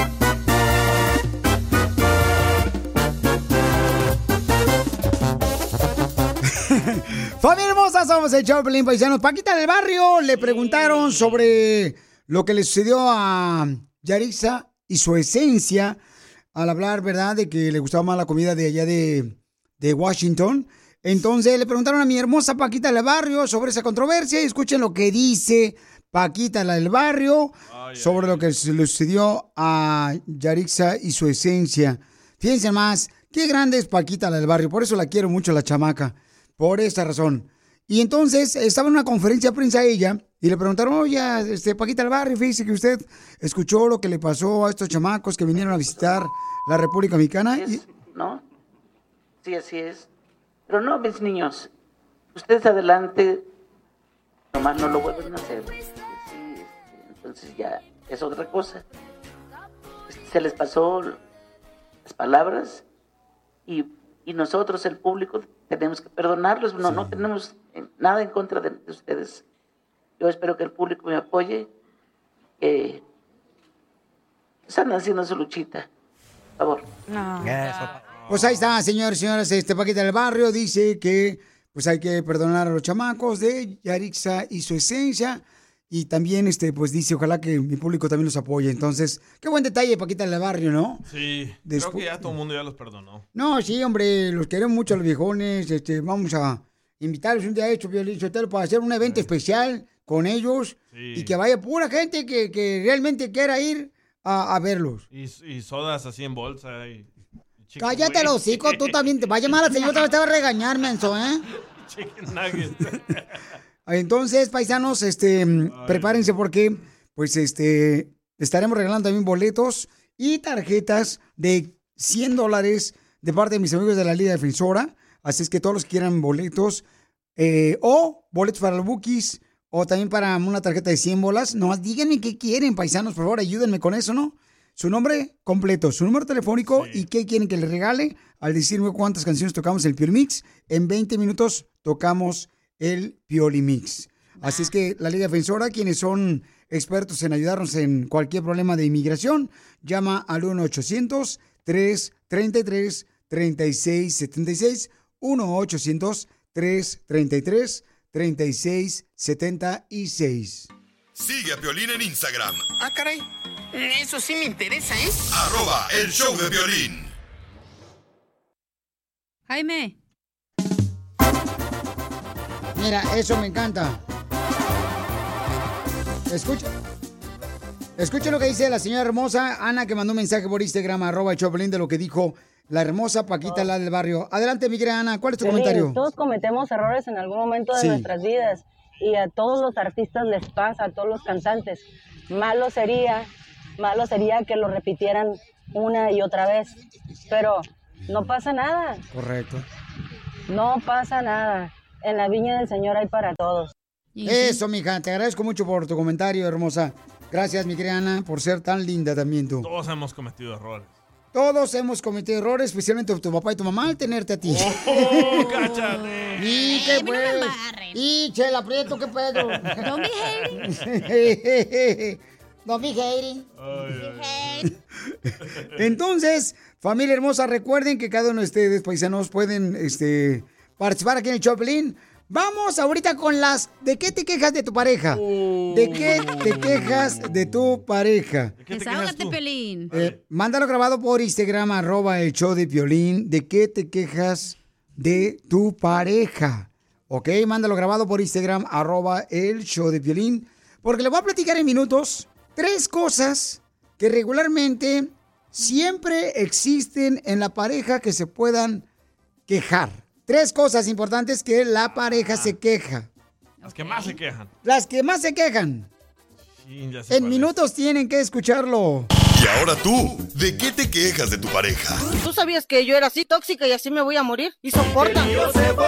Familia hermosa, somos el show de Piolín, paisanos. Paquita del barrio le preguntaron sobre lo que le sucedió a Yarixa y su esencia al hablar, ¿verdad?, de que le gustaba más la comida de allá de, de Washington. Entonces le preguntaron a mi hermosa Paquita del barrio sobre esa controversia y escuchen lo que dice Paquita la del barrio ay, sobre ay, lo que le sucedió a Yarixa y su esencia. Fíjense más, qué grande es Paquita la del barrio, por eso la quiero mucho la chamaca. Por esa razón. Y entonces estaba en una conferencia de prensa ella y le preguntaron, oye, este, Paquita del barrio, fíjese que usted escuchó lo que le pasó a estos chamacos que vinieron a visitar la República Mexicana. Es, y... ¿No? Sí, así es. Pero no, mis niños, ustedes adelante, nomás no lo vuelven a hacer. Sí, este, entonces ya es otra cosa. Se les pasó las palabras y... Y nosotros, el público, tenemos que perdonarlos. No, sí. no tenemos nada en contra de, de ustedes. Yo espero que el público me apoye. Eh, están haciendo su luchita. Por favor. No. Pues ahí está, señores y señoras. Este Paquita del barrio dice que pues hay que perdonar a los chamacos de Yarixa y su esencia. Y también, este, pues dice, ojalá que mi público también los apoye. Entonces, qué buen detalle, Paquita del barrio, ¿no? Sí, Despu- creo que ya todo el mundo ya los perdonó. No, sí, hombre, los queremos mucho a los viejones. Este, vamos a invitarlos un día hecho, Piolín Sotelo, para hacer un evento sí. especial con ellos. Sí. Y que vaya pura gente que, que realmente quiera ir a, a verlos. Y, y sodas así en bolsa. Y, y cállate los hocico, tú también. Te va a llamar a la señora, te va a regañar, menso, ¿eh? Chicken nuggets. Entonces, paisanos, este, Ay. prepárense porque, pues, este, estaremos regalando también boletos y tarjetas de cien dólares de parte de mis amigos de la Liga Defensora. Así es que todos los que quieran boletos eh, o boletos para los Bukis o también para una tarjeta de cien bolas. Nomás díganme qué quieren, paisanos, por favor, ayúdenme con eso, ¿no? Su nombre completo, su número telefónico sí. y qué quieren que les regale. Al decirme cuántas canciones tocamos el Piolín Mix, en veinte minutos tocamos el Piolín Mix. Así es que la Liga Defensora, quienes son expertos en ayudarnos en cualquier problema de inmigración, llama al uno ochocientos, tres treinta y tres, treinta y seis setenta y seis, uno ochocientos, tres treinta y tres, treinta y seis setenta y seis. Sigue a Piolín en Instagram. Ah, caray. Eso sí me interesa, ¿eh? Arroba el show de Piolín. Jaime. Mira, eso me encanta. Escucha. Escucha lo que dice la señora hermosa Ana, que mandó un mensaje por Instagram, arroba el show de Piolín, de lo que dijo la hermosa Paquita, oh. la del barrio. Adelante, mi querida Ana, ¿cuál es tu Piolín, comentario? Todos cometemos errores en algún momento de sí. nuestras vidas. Y a todos los artistas les pasa, a todos los cantantes. Malo sería, malo sería que lo repitieran una y otra vez. Pero no pasa nada. Correcto. No pasa nada. En la viña del Señor hay para todos. Eso, mija, te agradezco mucho por tu comentario, hermosa. Gracias, mi querida Ana, por ser tan linda también tú. Todos hemos cometido errores. Todos hemos cometido errores, especialmente tu papá y tu mamá, al tenerte a ti. ¡Oh, cáchale! ¿Y qué pues? ¿Y Chela Prieto, qué pedo? Don't be hating. Don't be hating. Ay, entonces, familia hermosa, recuerden que cada uno de ustedes, paisanos, pueden este, participar aquí en el Choplin. Vamos ahorita con las... ¿De qué te quejas de tu pareja? Uh, ¿De qué te quejas de tu pareja? Desahógate, Piolín. Eh, mándalo grabado por Instagram, arroba el show de Piolín. ¿De qué te quejas de tu pareja? Ok, mándalo grabado por Instagram, arroba el show de Piolín. Porque le voy a platicar en minutos tres cosas que regularmente siempre existen en la pareja que se puedan quejar. Tres cosas importantes que la pareja ah, se queja. Las que más se quejan. Las que más se quejan. Sí, ya sé en minutos es. Tienen que escucharlo. Y ahora tú, ¿de qué te quejas de tu pareja? ¿Tú sabías que yo era así tóxica y así me voy a morir? ¿Y soporta? El se formó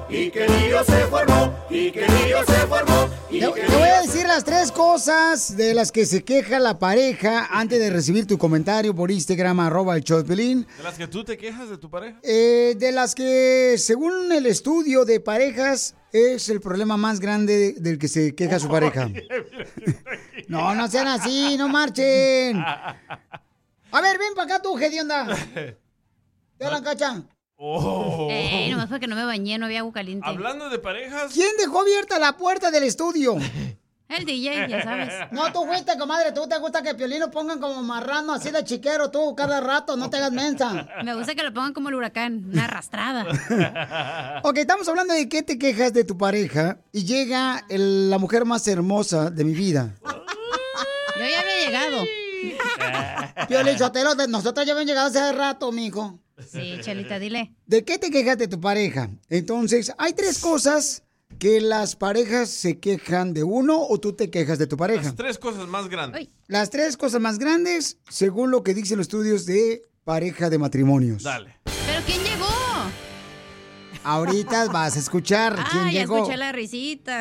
y que el lío se formó, y que el lío se formó. Y Te, que te voy a decir las tres cosas de las que se queja la pareja antes de recibir tu comentario por Instagram, arroba el show de Piolín. ¿De las que tú te quejas de tu pareja? Eh, de las que, según el estudio de parejas, es el problema más grande del que se queja su pareja. No, no sean así, no marchen. A ver, ven para acá tú, hedionda. ¿Te hablan, Cacha? Oh. Eh, nomás porque no me bañé, no había agua caliente. Hablando de parejas. ¿Quién dejó abierta la puerta del estudio? El D J, ya sabes. No, tú fuiste, comadre. Tú te gusta que Piolín lo pongan como marrano, así de chiquero, tú, cada rato. No te hagas mensa. Me gusta que lo pongan como el huracán, una arrastrada. Ok, estamos hablando de qué te quejas de tu pareja y llega el- la mujer más hermosa de mi vida. Yo ya había llegado. Piolín Sotelo, de- nosotros ya habíamos llegado hace rato, mijo. Sí, Chelita, dile. ¿De qué te quejas de tu pareja? Entonces, hay tres cosas que las parejas se quejan de uno o tú te quejas de tu pareja. Las tres cosas más grandes. Las tres cosas más grandes, según lo que dicen los estudios de pareja de matrimonios. Dale. ¿Pero quién llegó? Ahorita vas a escuchar quién Ah, ya llegó. escuché la risita.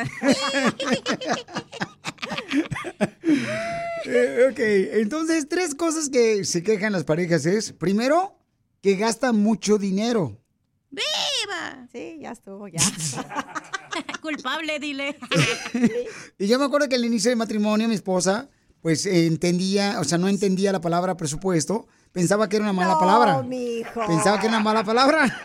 Eh, ok, entonces tres cosas que se quejan las parejas es, primero, que gastan mucho dinero. ¡Viva! Sí, ya estuvo, ya. Culpable, dile. Y yo me acuerdo que al inicio del matrimonio mi esposa, pues eh, entendía, o sea, no entendía la palabra presupuesto, pensaba que era una mala No, palabra. mijo. Pensaba que era una mala palabra.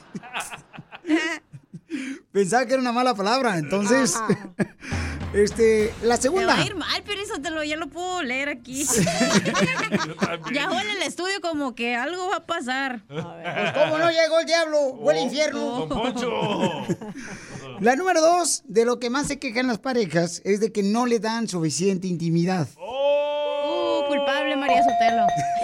Pensaba que era una mala palabra, entonces, este, la Te segunda. va a ir mal, pero eso te lo, ya lo puedo leer aquí. Ya huele el estudio como que algo va a pasar. Pues cómo no llegó el diablo, huele infierno. Don Poncho. La número dos, de lo que más se quejan las parejas, es de que no le dan suficiente intimidad. Uh, culpable María Sotelo.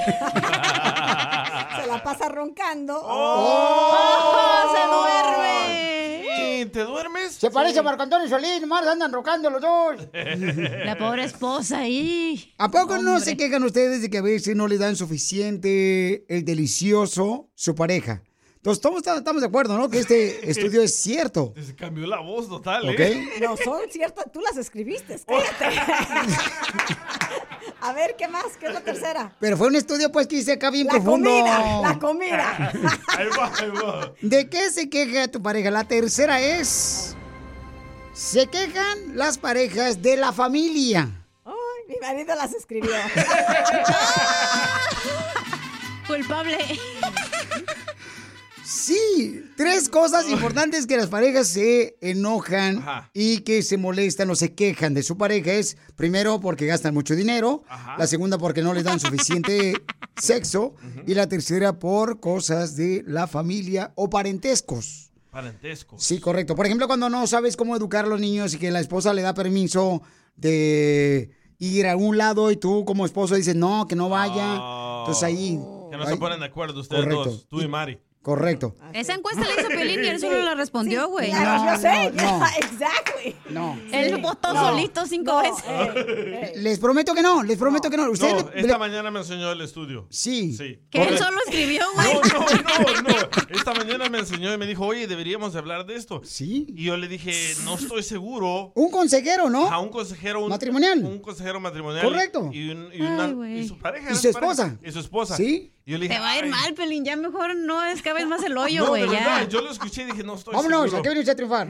Se la pasa roncando. ¡Oh! ¡Se duerme! Sí, ¿te duermes? Se parece a Marco Antonio Solís, nomás andan rocando los dos. La pobre esposa ahí. ¿A poco no Hombre. se quejan ustedes de que a veces no le dan suficiente el delicioso su pareja? Entonces, todos estamos de acuerdo, ¿no? Que este estudio es cierto. Se cambió la voz total, ¿Ok? ¿eh? No son ciertas, tú las escribiste, cállate. A ver, ¿qué más? ¿Qué es la tercera? Pero fue un estudio, pues, que hice acá bien La profundo. comida, la comida. Ahí va, ahí va. ¿De qué se queja tu pareja? La tercera es... Se quejan las parejas de la familia. Ay, mi marido las escribió. Culpable. Sí, tres cosas importantes que las parejas se enojan Ajá. y que se molestan o se quejan de su pareja es, primero, porque gastan mucho dinero, Ajá. la segunda, porque no les dan suficiente sexo, y la tercera, por cosas de la familia o parentescos. Parentesco. Sí, correcto. Por ejemplo, cuando no sabes cómo educar a los niños y que la esposa le da permiso de ir a un lado y tú como esposo dices, no, que no vaya. Entonces ahí... Que no ahí- se ponen de acuerdo ustedes Correcto. dos, tú y Mari. Correcto. Esa encuesta la hizo Piolín y él solo la respondió, güey. Claro, No, yo sé, no, no. exactly. No. Él votó No. solito cinco No, veces. eh, eh. Les prometo que no, les prometo que no. Usted No, le- esta le- mañana me enseñó el estudio. Sí. Sí. Que él Correcto. solo escribió, güey. No, no, no, no. Esta mañana me enseñó y me dijo, oye, deberíamos de hablar de esto. Sí. Y yo le dije, no estoy seguro. Un consejero, ¿no? A un consejero. Un, Matrimonial. Un consejero matrimonial. Correcto. Y, un- y una- Ay, güey. y su pareja. Y era su pareja. esposa. Y su esposa. Sí. Y yo le dije, Te va a ir "Ay". mal, Pelín. Ya mejor no escabes más el hoyo, No, güey. de ya. verdad, yo lo escuché y dije, no estoy Vámonos, seguro. aquí venimos a triunfar.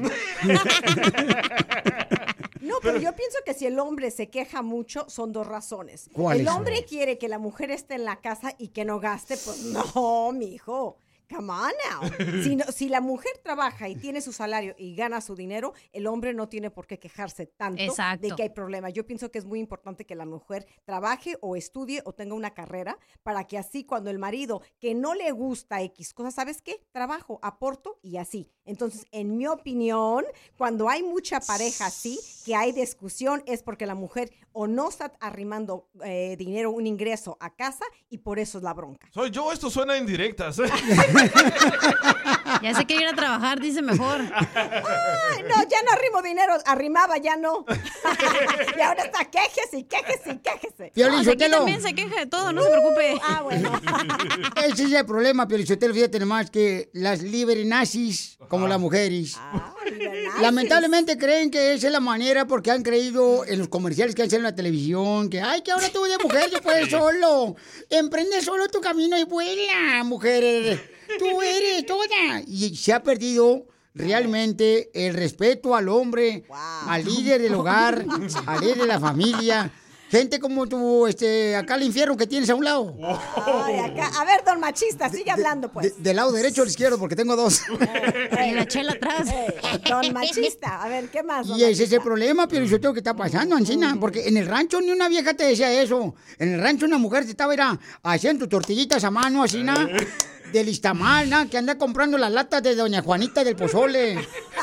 No, pero yo pienso que si el hombre se queja mucho, son dos razones. ¿Cuáles El son? hombre quiere que la mujer esté en la casa y que no gaste, pues no, mijo. Come on now. Si, no- si la mujer trabaja y tiene su salario y gana su dinero, el hombre no tiene por qué quejarse tanto Exacto. de que hay problemas. Yo pienso que es muy importante que la mujer trabaje o estudie o tenga una carrera para que así cuando el marido que no le gusta X cosa, ¿sabes qué? Trabajo, aporto y así. Entonces, en mi opinión, cuando hay mucha pareja así, que hay discusión, es porque la mujer o no está arrimando eh, dinero, un ingreso a casa y por eso es la bronca. Soy yo, esto suena indirectas. ¿eh? Ya se quiere ir a trabajar, dice mejor. Ay, no, ya no arrimo dinero, arrimaba, ya no. Y ahora está quéjese y quéjese y quéjese. Piolín O sea, aquí Sotelo. también se queja de todo, no se preocupe. Ah, bueno. Ese es el problema, Piolín Sotelo, fíjate nomás que las libernazis, como las mujeres, lamentablemente creen que esa es la manera porque han creído en los comerciales que han salido en la televisión, que ay, que ahora tú de mujer ya puedes solo, emprende solo tu camino y vuela, mujer, tú eres toda. Y se ha perdido realmente el respeto al hombre, al líder del hogar, al líder de la familia. Gente como tú, este, acá el infierno que tienes a un lado. Ay, acá. A ver, don machista, sigue hablando, pues. De- del lado derecho o izquierdo, porque tengo dos. Y la chela atrás. Don machista, a ver, ¿qué más? don Y ese es el machista? problema, pero yo tengo que está pasando, Ancina, porque en el rancho ni una vieja te decía eso. En el rancho una mujer te estaba era, haciendo tortillitas a mano, así, ¿no? Del Istamal, ¿no? Que anda comprando las latas de doña Juanita del pozole.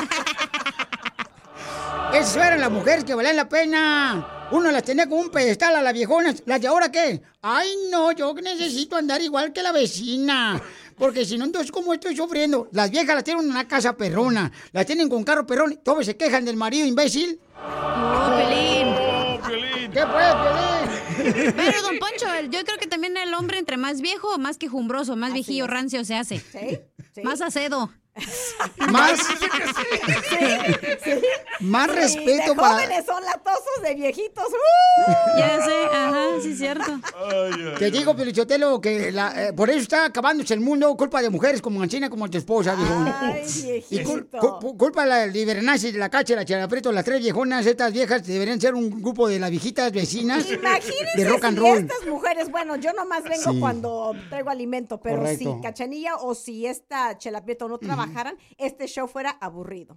Esas eran las mujeres que valían la pena. Uno las tenía como un pedestal a las viejonas. ¿Las de ahora qué? Ay, no, yo necesito andar igual que la vecina. Porque si no, entonces, ¿cómo estoy sufriendo? Las viejas las tienen en una casa perrona. Las tienen con carro perrón. Todos se quejan del marido imbécil. Oh, Pelín. ¿Qué pues, Piolín? Pero, don Poncho, el- yo creo que también el hombre entre más viejo, más quejumbroso, más viejillo rancio se hace. ¿Sí? Más acedo. Más, más Sí, respeto de para... jóvenes son latosos, de viejitos. ¡uh! Ya sé, ajá, sí es cierto. Te digo, Pelichotelo, que la, eh, por eso está acabándose el mundo, culpa de mujeres como Ancina, como tu esposa, viejo. Ay, Y cul- viejito. cu- culpa de la libernazi, de la cacha, la chalapreto, las tres viejonas, estas viejas deberían ser un grupo de las viejitas vecinas Imagínense de rock and si roll. estas mujeres, bueno, yo nomás vengo Sí. cuando traigo alimento, pero Correcto. si Cachanilla o si esta Chela Prieto no trabajaran, este show fuera aburrido.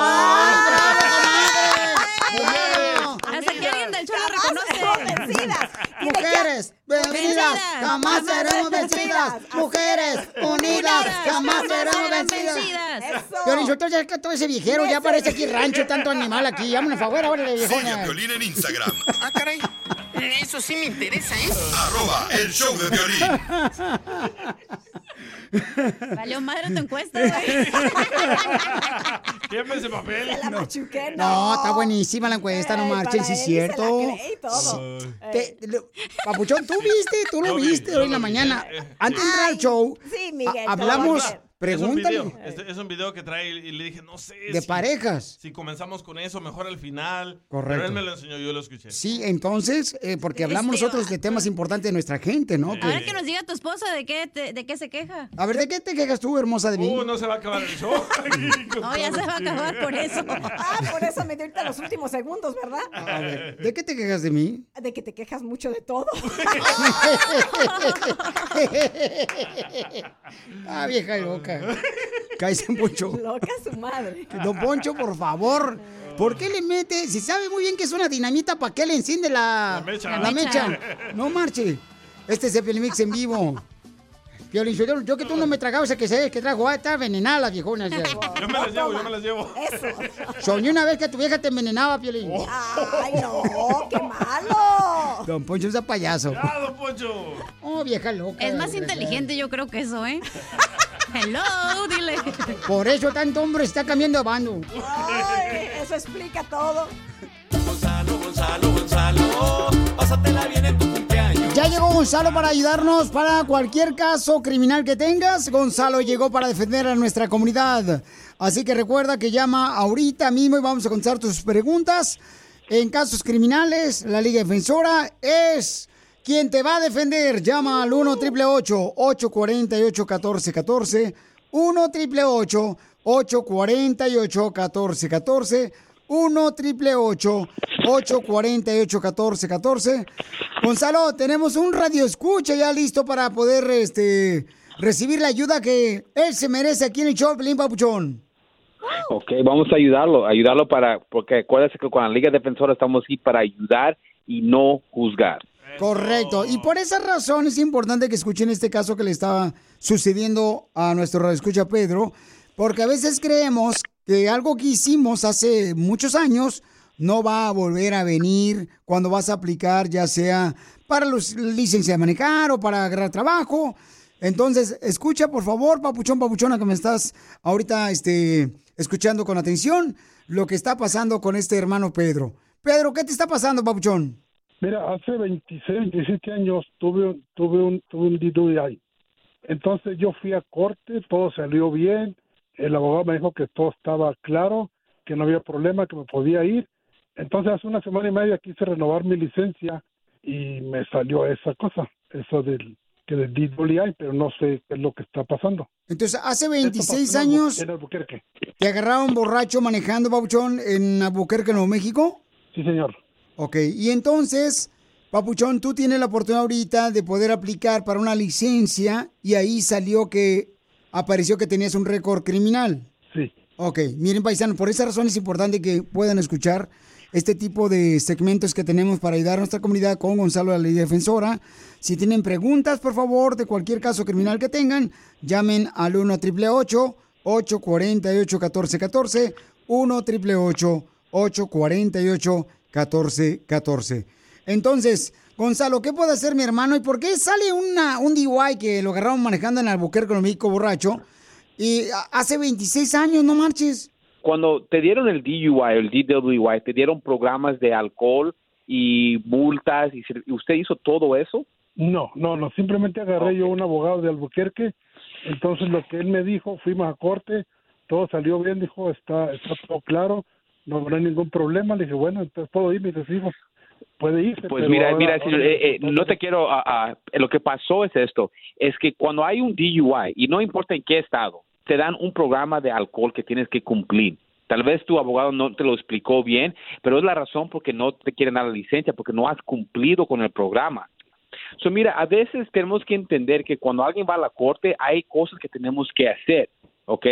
Hasta que alguien del show lo reconoce. Vencidas. Mujeres, vencidas, jamás seremos vencidas. Mujeres, unidas, jamás seremos vencidas. Piolín Sotelo, ya que todo ese viejero, ya parece aquí rancho, tanto animal aquí. Vámonos a favor, ahora de Sigue a viejona. Piolín en Instagram. Ah, caray. Eso sí me interesa, ¿eh? Arroba el show de Piolín. Valió madre tu encuesta, güey. Tiempo ese papel. La machuqué, No, está buenísima la encuesta, no marchen, sí es cierto. Te- lo- Papuchón, ¿tú viste? ¿Tú lo Lo vi, viste yo hoy en lo la vi. mañana? Eh, eh, Antes de entrar al show, Sí, Miguel. a- hablamos, todo bien. pregúntale. Es un video, es, es un video que trae y le dije, no sé. De si- parejas. Si comenzamos con eso, mejor al final. Correcto. Pero él me lo enseñó, yo lo escuché. Sí, entonces, eh, porque hablamos Este nosotros de temas importantes de nuestra gente, ¿no? Que- Ahora que nos diga tu esposa de qué, te- de qué se queja. A ver, ¿de qué te quejas tú, hermosa de mí? Uh, no se va a acabar el show. No, ya se va a acabar por eso. Ah, por eso me dio ahorita los últimos segundos, ¿verdad? A ver, ¿de qué te quejas de mí? De que te quejas mucho de todo. Ah, vieja loca. Cállese, Poncho. Loca su madre. Don Poncho, por favor. ¿Por qué le mete? Si sabe muy bien que es una dinamita, ¿para qué le enciende la, La mecha. la mecha? No marche. Este es el Piolín Mix en vivo. Piolín Sotelo, yo que tú no me tragaba ese que se que trajo, ah, está envenenada las viejonas. ya. Yo me las llevo, yo me las llevo. Eso. Soñé una vez que tu vieja te envenenaba, Piolín. Ay, no, qué malo. Don Poncho es un payaso. ¡Ah, don Poncho! Oh, vieja loca. Es más desgraciada. inteligente, yo creo que eso, ¿eh? Hello, dile. Por eso tanto hombre está cambiando de bando. Ay, eso explica todo. Gonzalo, Gonzalo, Gonzalo, pásatela bien en tu cumpleaños. Ya llegó Gonzalo para ayudarnos para cualquier caso criminal que tengas. Gonzalo llegó para defender a nuestra comunidad. Así que recuerda que llama ahorita mismo y vamos a contestar tus preguntas. En casos criminales, la Liga Defensora es quien te va a defender. Llama al uno, ocho ocho ocho, ocho cuatro ocho, uno cuatro uno cuatro. uno, ocho ocho ocho, ocho cuatro ocho, uno cuatro uno cuatro. uno, ocho ocho ocho, ocho cuatro ocho, uno cuatro uno cuatro. Gonzalo, tenemos un radio escucha ya listo para poder este, recibir la ayuda que él se merece aquí en el show, Pelín Papuchón. Ok, vamos a ayudarlo, ayudarlo para, porque acuérdate que con la Liga Defensora estamos aquí para ayudar y no juzgar. Correcto. Y por esa razón es importante que escuchen este caso que le está sucediendo a nuestro radioescucha Pedro, porque a veces creemos que algo que hicimos hace muchos años no va a volver a venir cuando vas a aplicar, ya sea para los licencia de manejar o para agarrar trabajo. Entonces, escucha, por favor, papuchón, papuchona, que me estás ahorita este, escuchando con atención, lo que está pasando con este hermano Pedro. Pedro, ¿qué te está pasando, papuchón? Mira, hace veintiséis, veintisiete años tuve, tuve un, tuve un D W I. Entonces yo fui a corte, todo salió bien, el abogado me dijo que todo estaba claro, que no había problema, que me podía ir. Entonces hace una semana y media quise renovar mi licencia y me salió esa cosa, eso del que del D W I, pero no sé qué es lo que está pasando. Entonces, hace veintiséis años, En Albuquerque. ¿te agarraron borracho manejando, papuchón, en Albuquerque, Nuevo México? Sí, señor. Ok, y entonces, papuchón, tú tienes la oportunidad ahorita de poder aplicar para una licencia y ahí salió que apareció que tenías un récord criminal. Sí. Ok, miren, paisanos, por esa razón es importante que puedan escuchar este tipo de segmentos que tenemos para ayudar a nuestra comunidad con Gonzalo, la ley defensora. Si tienen preguntas, por favor, de cualquier caso criminal que tengan, llamen al uno triple ocho, ocho cuatro ocho, uno cuatro uno cuatro, uno triple ocho, ocho cuatro ocho, uno cuatro uno cuatro. Entonces, Gonzalo, ¿qué puede hacer mi hermano? ¿Y por qué sale una, un D U I que lo agarraron manejando en Albuquerque, Nuevo México, borracho? Y hace veintiséis años, no marches. Cuando te dieron el D U I o el D W I, te dieron programas de alcohol y multas, y si- ¿usted hizo todo eso? No, no, no, simplemente agarré yo un abogado de Albuquerque, entonces lo que él me dijo, fuimos a corte, todo salió bien, dijo, está, está todo claro, no habrá ningún problema, le dije, bueno, entonces puedo ir, me dijo, puede irse. Pues pero mira, ahora- mira, ahora señor, me- eh, eh, no te quiero, ah, ah, lo que pasó es esto, es que cuando hay un D U I, y no importa en qué estado, te dan un programa de alcohol que tienes que cumplir. Tal vez tu abogado no te lo explicó bien, pero es la razón por qué no te quieren dar la licencia, porque no has cumplido con el programa. So, mira, a veces tenemos que entender que cuando alguien va a la corte hay cosas que tenemos que hacer, ¿ok?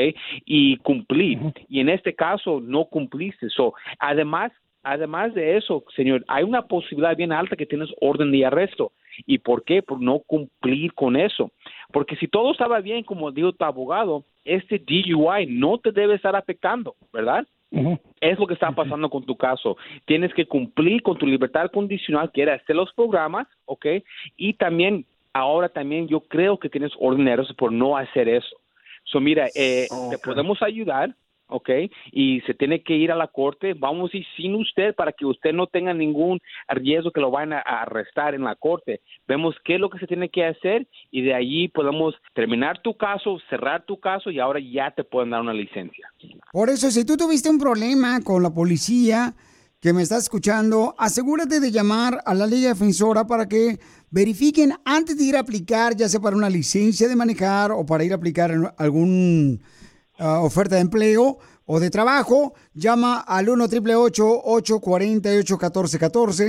Y cumplir. Y en este caso no cumpliste. So, además, además de eso, señor, hay una posibilidad bien alta que tienes orden de arresto. ¿Y por qué? Por no cumplir con eso. Porque si todo estaba bien, como dijo tu abogado, este D U I no te debe estar afectando, ¿verdad? Es lo que está pasando con tu caso. Tienes que cumplir con tu libertad condicional, que era hacer los programas, ¿ok? Y también, ahora también yo creo que tienes orden de arresto por no hacer eso. So, mira, eh, te podemos ayudar, ¿ok? Y se tiene que ir a la corte. Vamos a ir sin usted para que usted no tenga ningún riesgo que lo vayan a a arrestar en la corte. Vemos qué es lo que se tiene que hacer y de allí podemos terminar tu caso, cerrar tu caso y ahora ya te pueden dar una licencia. Por eso, si tú tuviste un problema con la policía que me está escuchando, asegúrate de llamar a la Liga Defensora para que verifiquen antes de ir a aplicar, ya sea para una licencia de manejar o para ir a aplicar en algún uh, oferta de empleo o de trabajo. Llama al uno triple ocho, ocho cuatro ocho, uno cuatro uno cuatro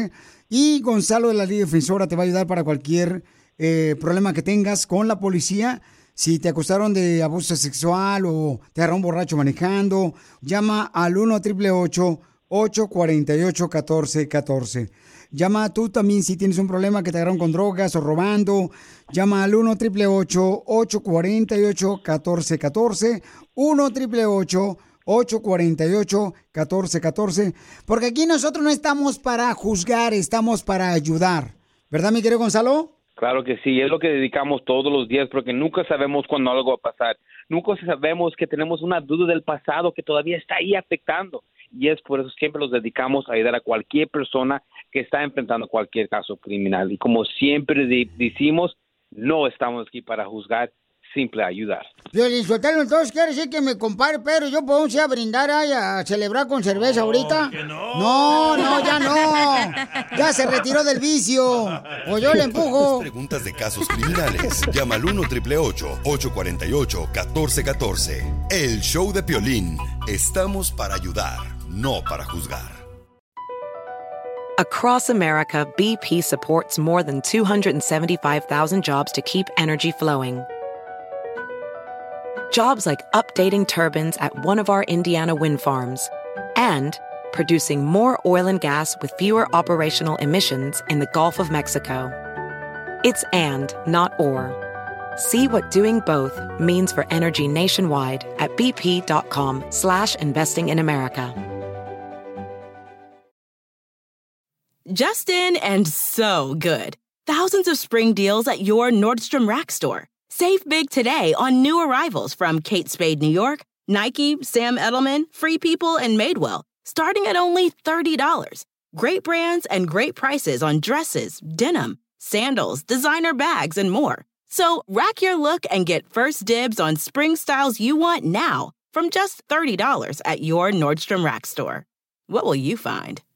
y Gonzalo de la Liga Defensora te va a ayudar para cualquier eh, problema que tengas con la policía. Si te acusaron de abuso sexual o te agarraron borracho manejando, llama al uno triple ocho, ocho cuatro ocho, uno cuatro uno cuatro. Llama tú también si tienes un problema que te agarraron con drogas o robando. Llama al uno triple ocho, ocho cuatro ocho, uno cuatro uno cuatro. uno triple ocho, ocho cuatro ocho, uno cuatro uno cuatro. Porque aquí nosotros no estamos para juzgar, estamos para ayudar. ¿Verdad, mi querido Gonzalo? Claro que sí, es lo que dedicamos todos los días porque nunca sabemos cuándo algo va a pasar. Nunca sabemos que tenemos una duda del pasado que todavía está ahí afectando. Y es por eso siempre los dedicamos a ayudar a cualquier persona que está enfrentando cualquier caso criminal. Y como siempre de- decimos, no estamos aquí para juzgar, simple ayudar. Violín Sotelo, entonces quiere decir que mi compadre Pedro y yo podemos ir a brindar ahí, a celebrar con cerveza ahorita. No, no, ya no. Ya se retiró del vicio. O yo le empujo. Preguntas de casos criminales. Llama al uno triple ocho, ocho cuatro ocho, uno cuatro uno cuatro. El show de Piolín. Estamos para ayudar, no para juzgar. Across America, B P supports more than two hundred seventy-five thousand jobs to keep energy flowing. Jobs like updating turbines at one of our Indiana wind farms and producing more oil and gas with fewer operational emissions in the Gulf of Mexico. It's and, not or. See what doing both means for energy nationwide at bp.com slash investing in America. Just in and so good. Thousands of spring deals at your Nordstrom Rack store. Save big today on new arrivals from Kate Spade New York, Nike, Sam Edelman, Free People, and Madewell, starting at only thirty dollars. Great brands and great prices on dresses, denim, sandals, designer bags, and more. So rack your look and get first dibs on spring styles you want now from just thirty dollars at your Nordstrom Rack store. What will you find?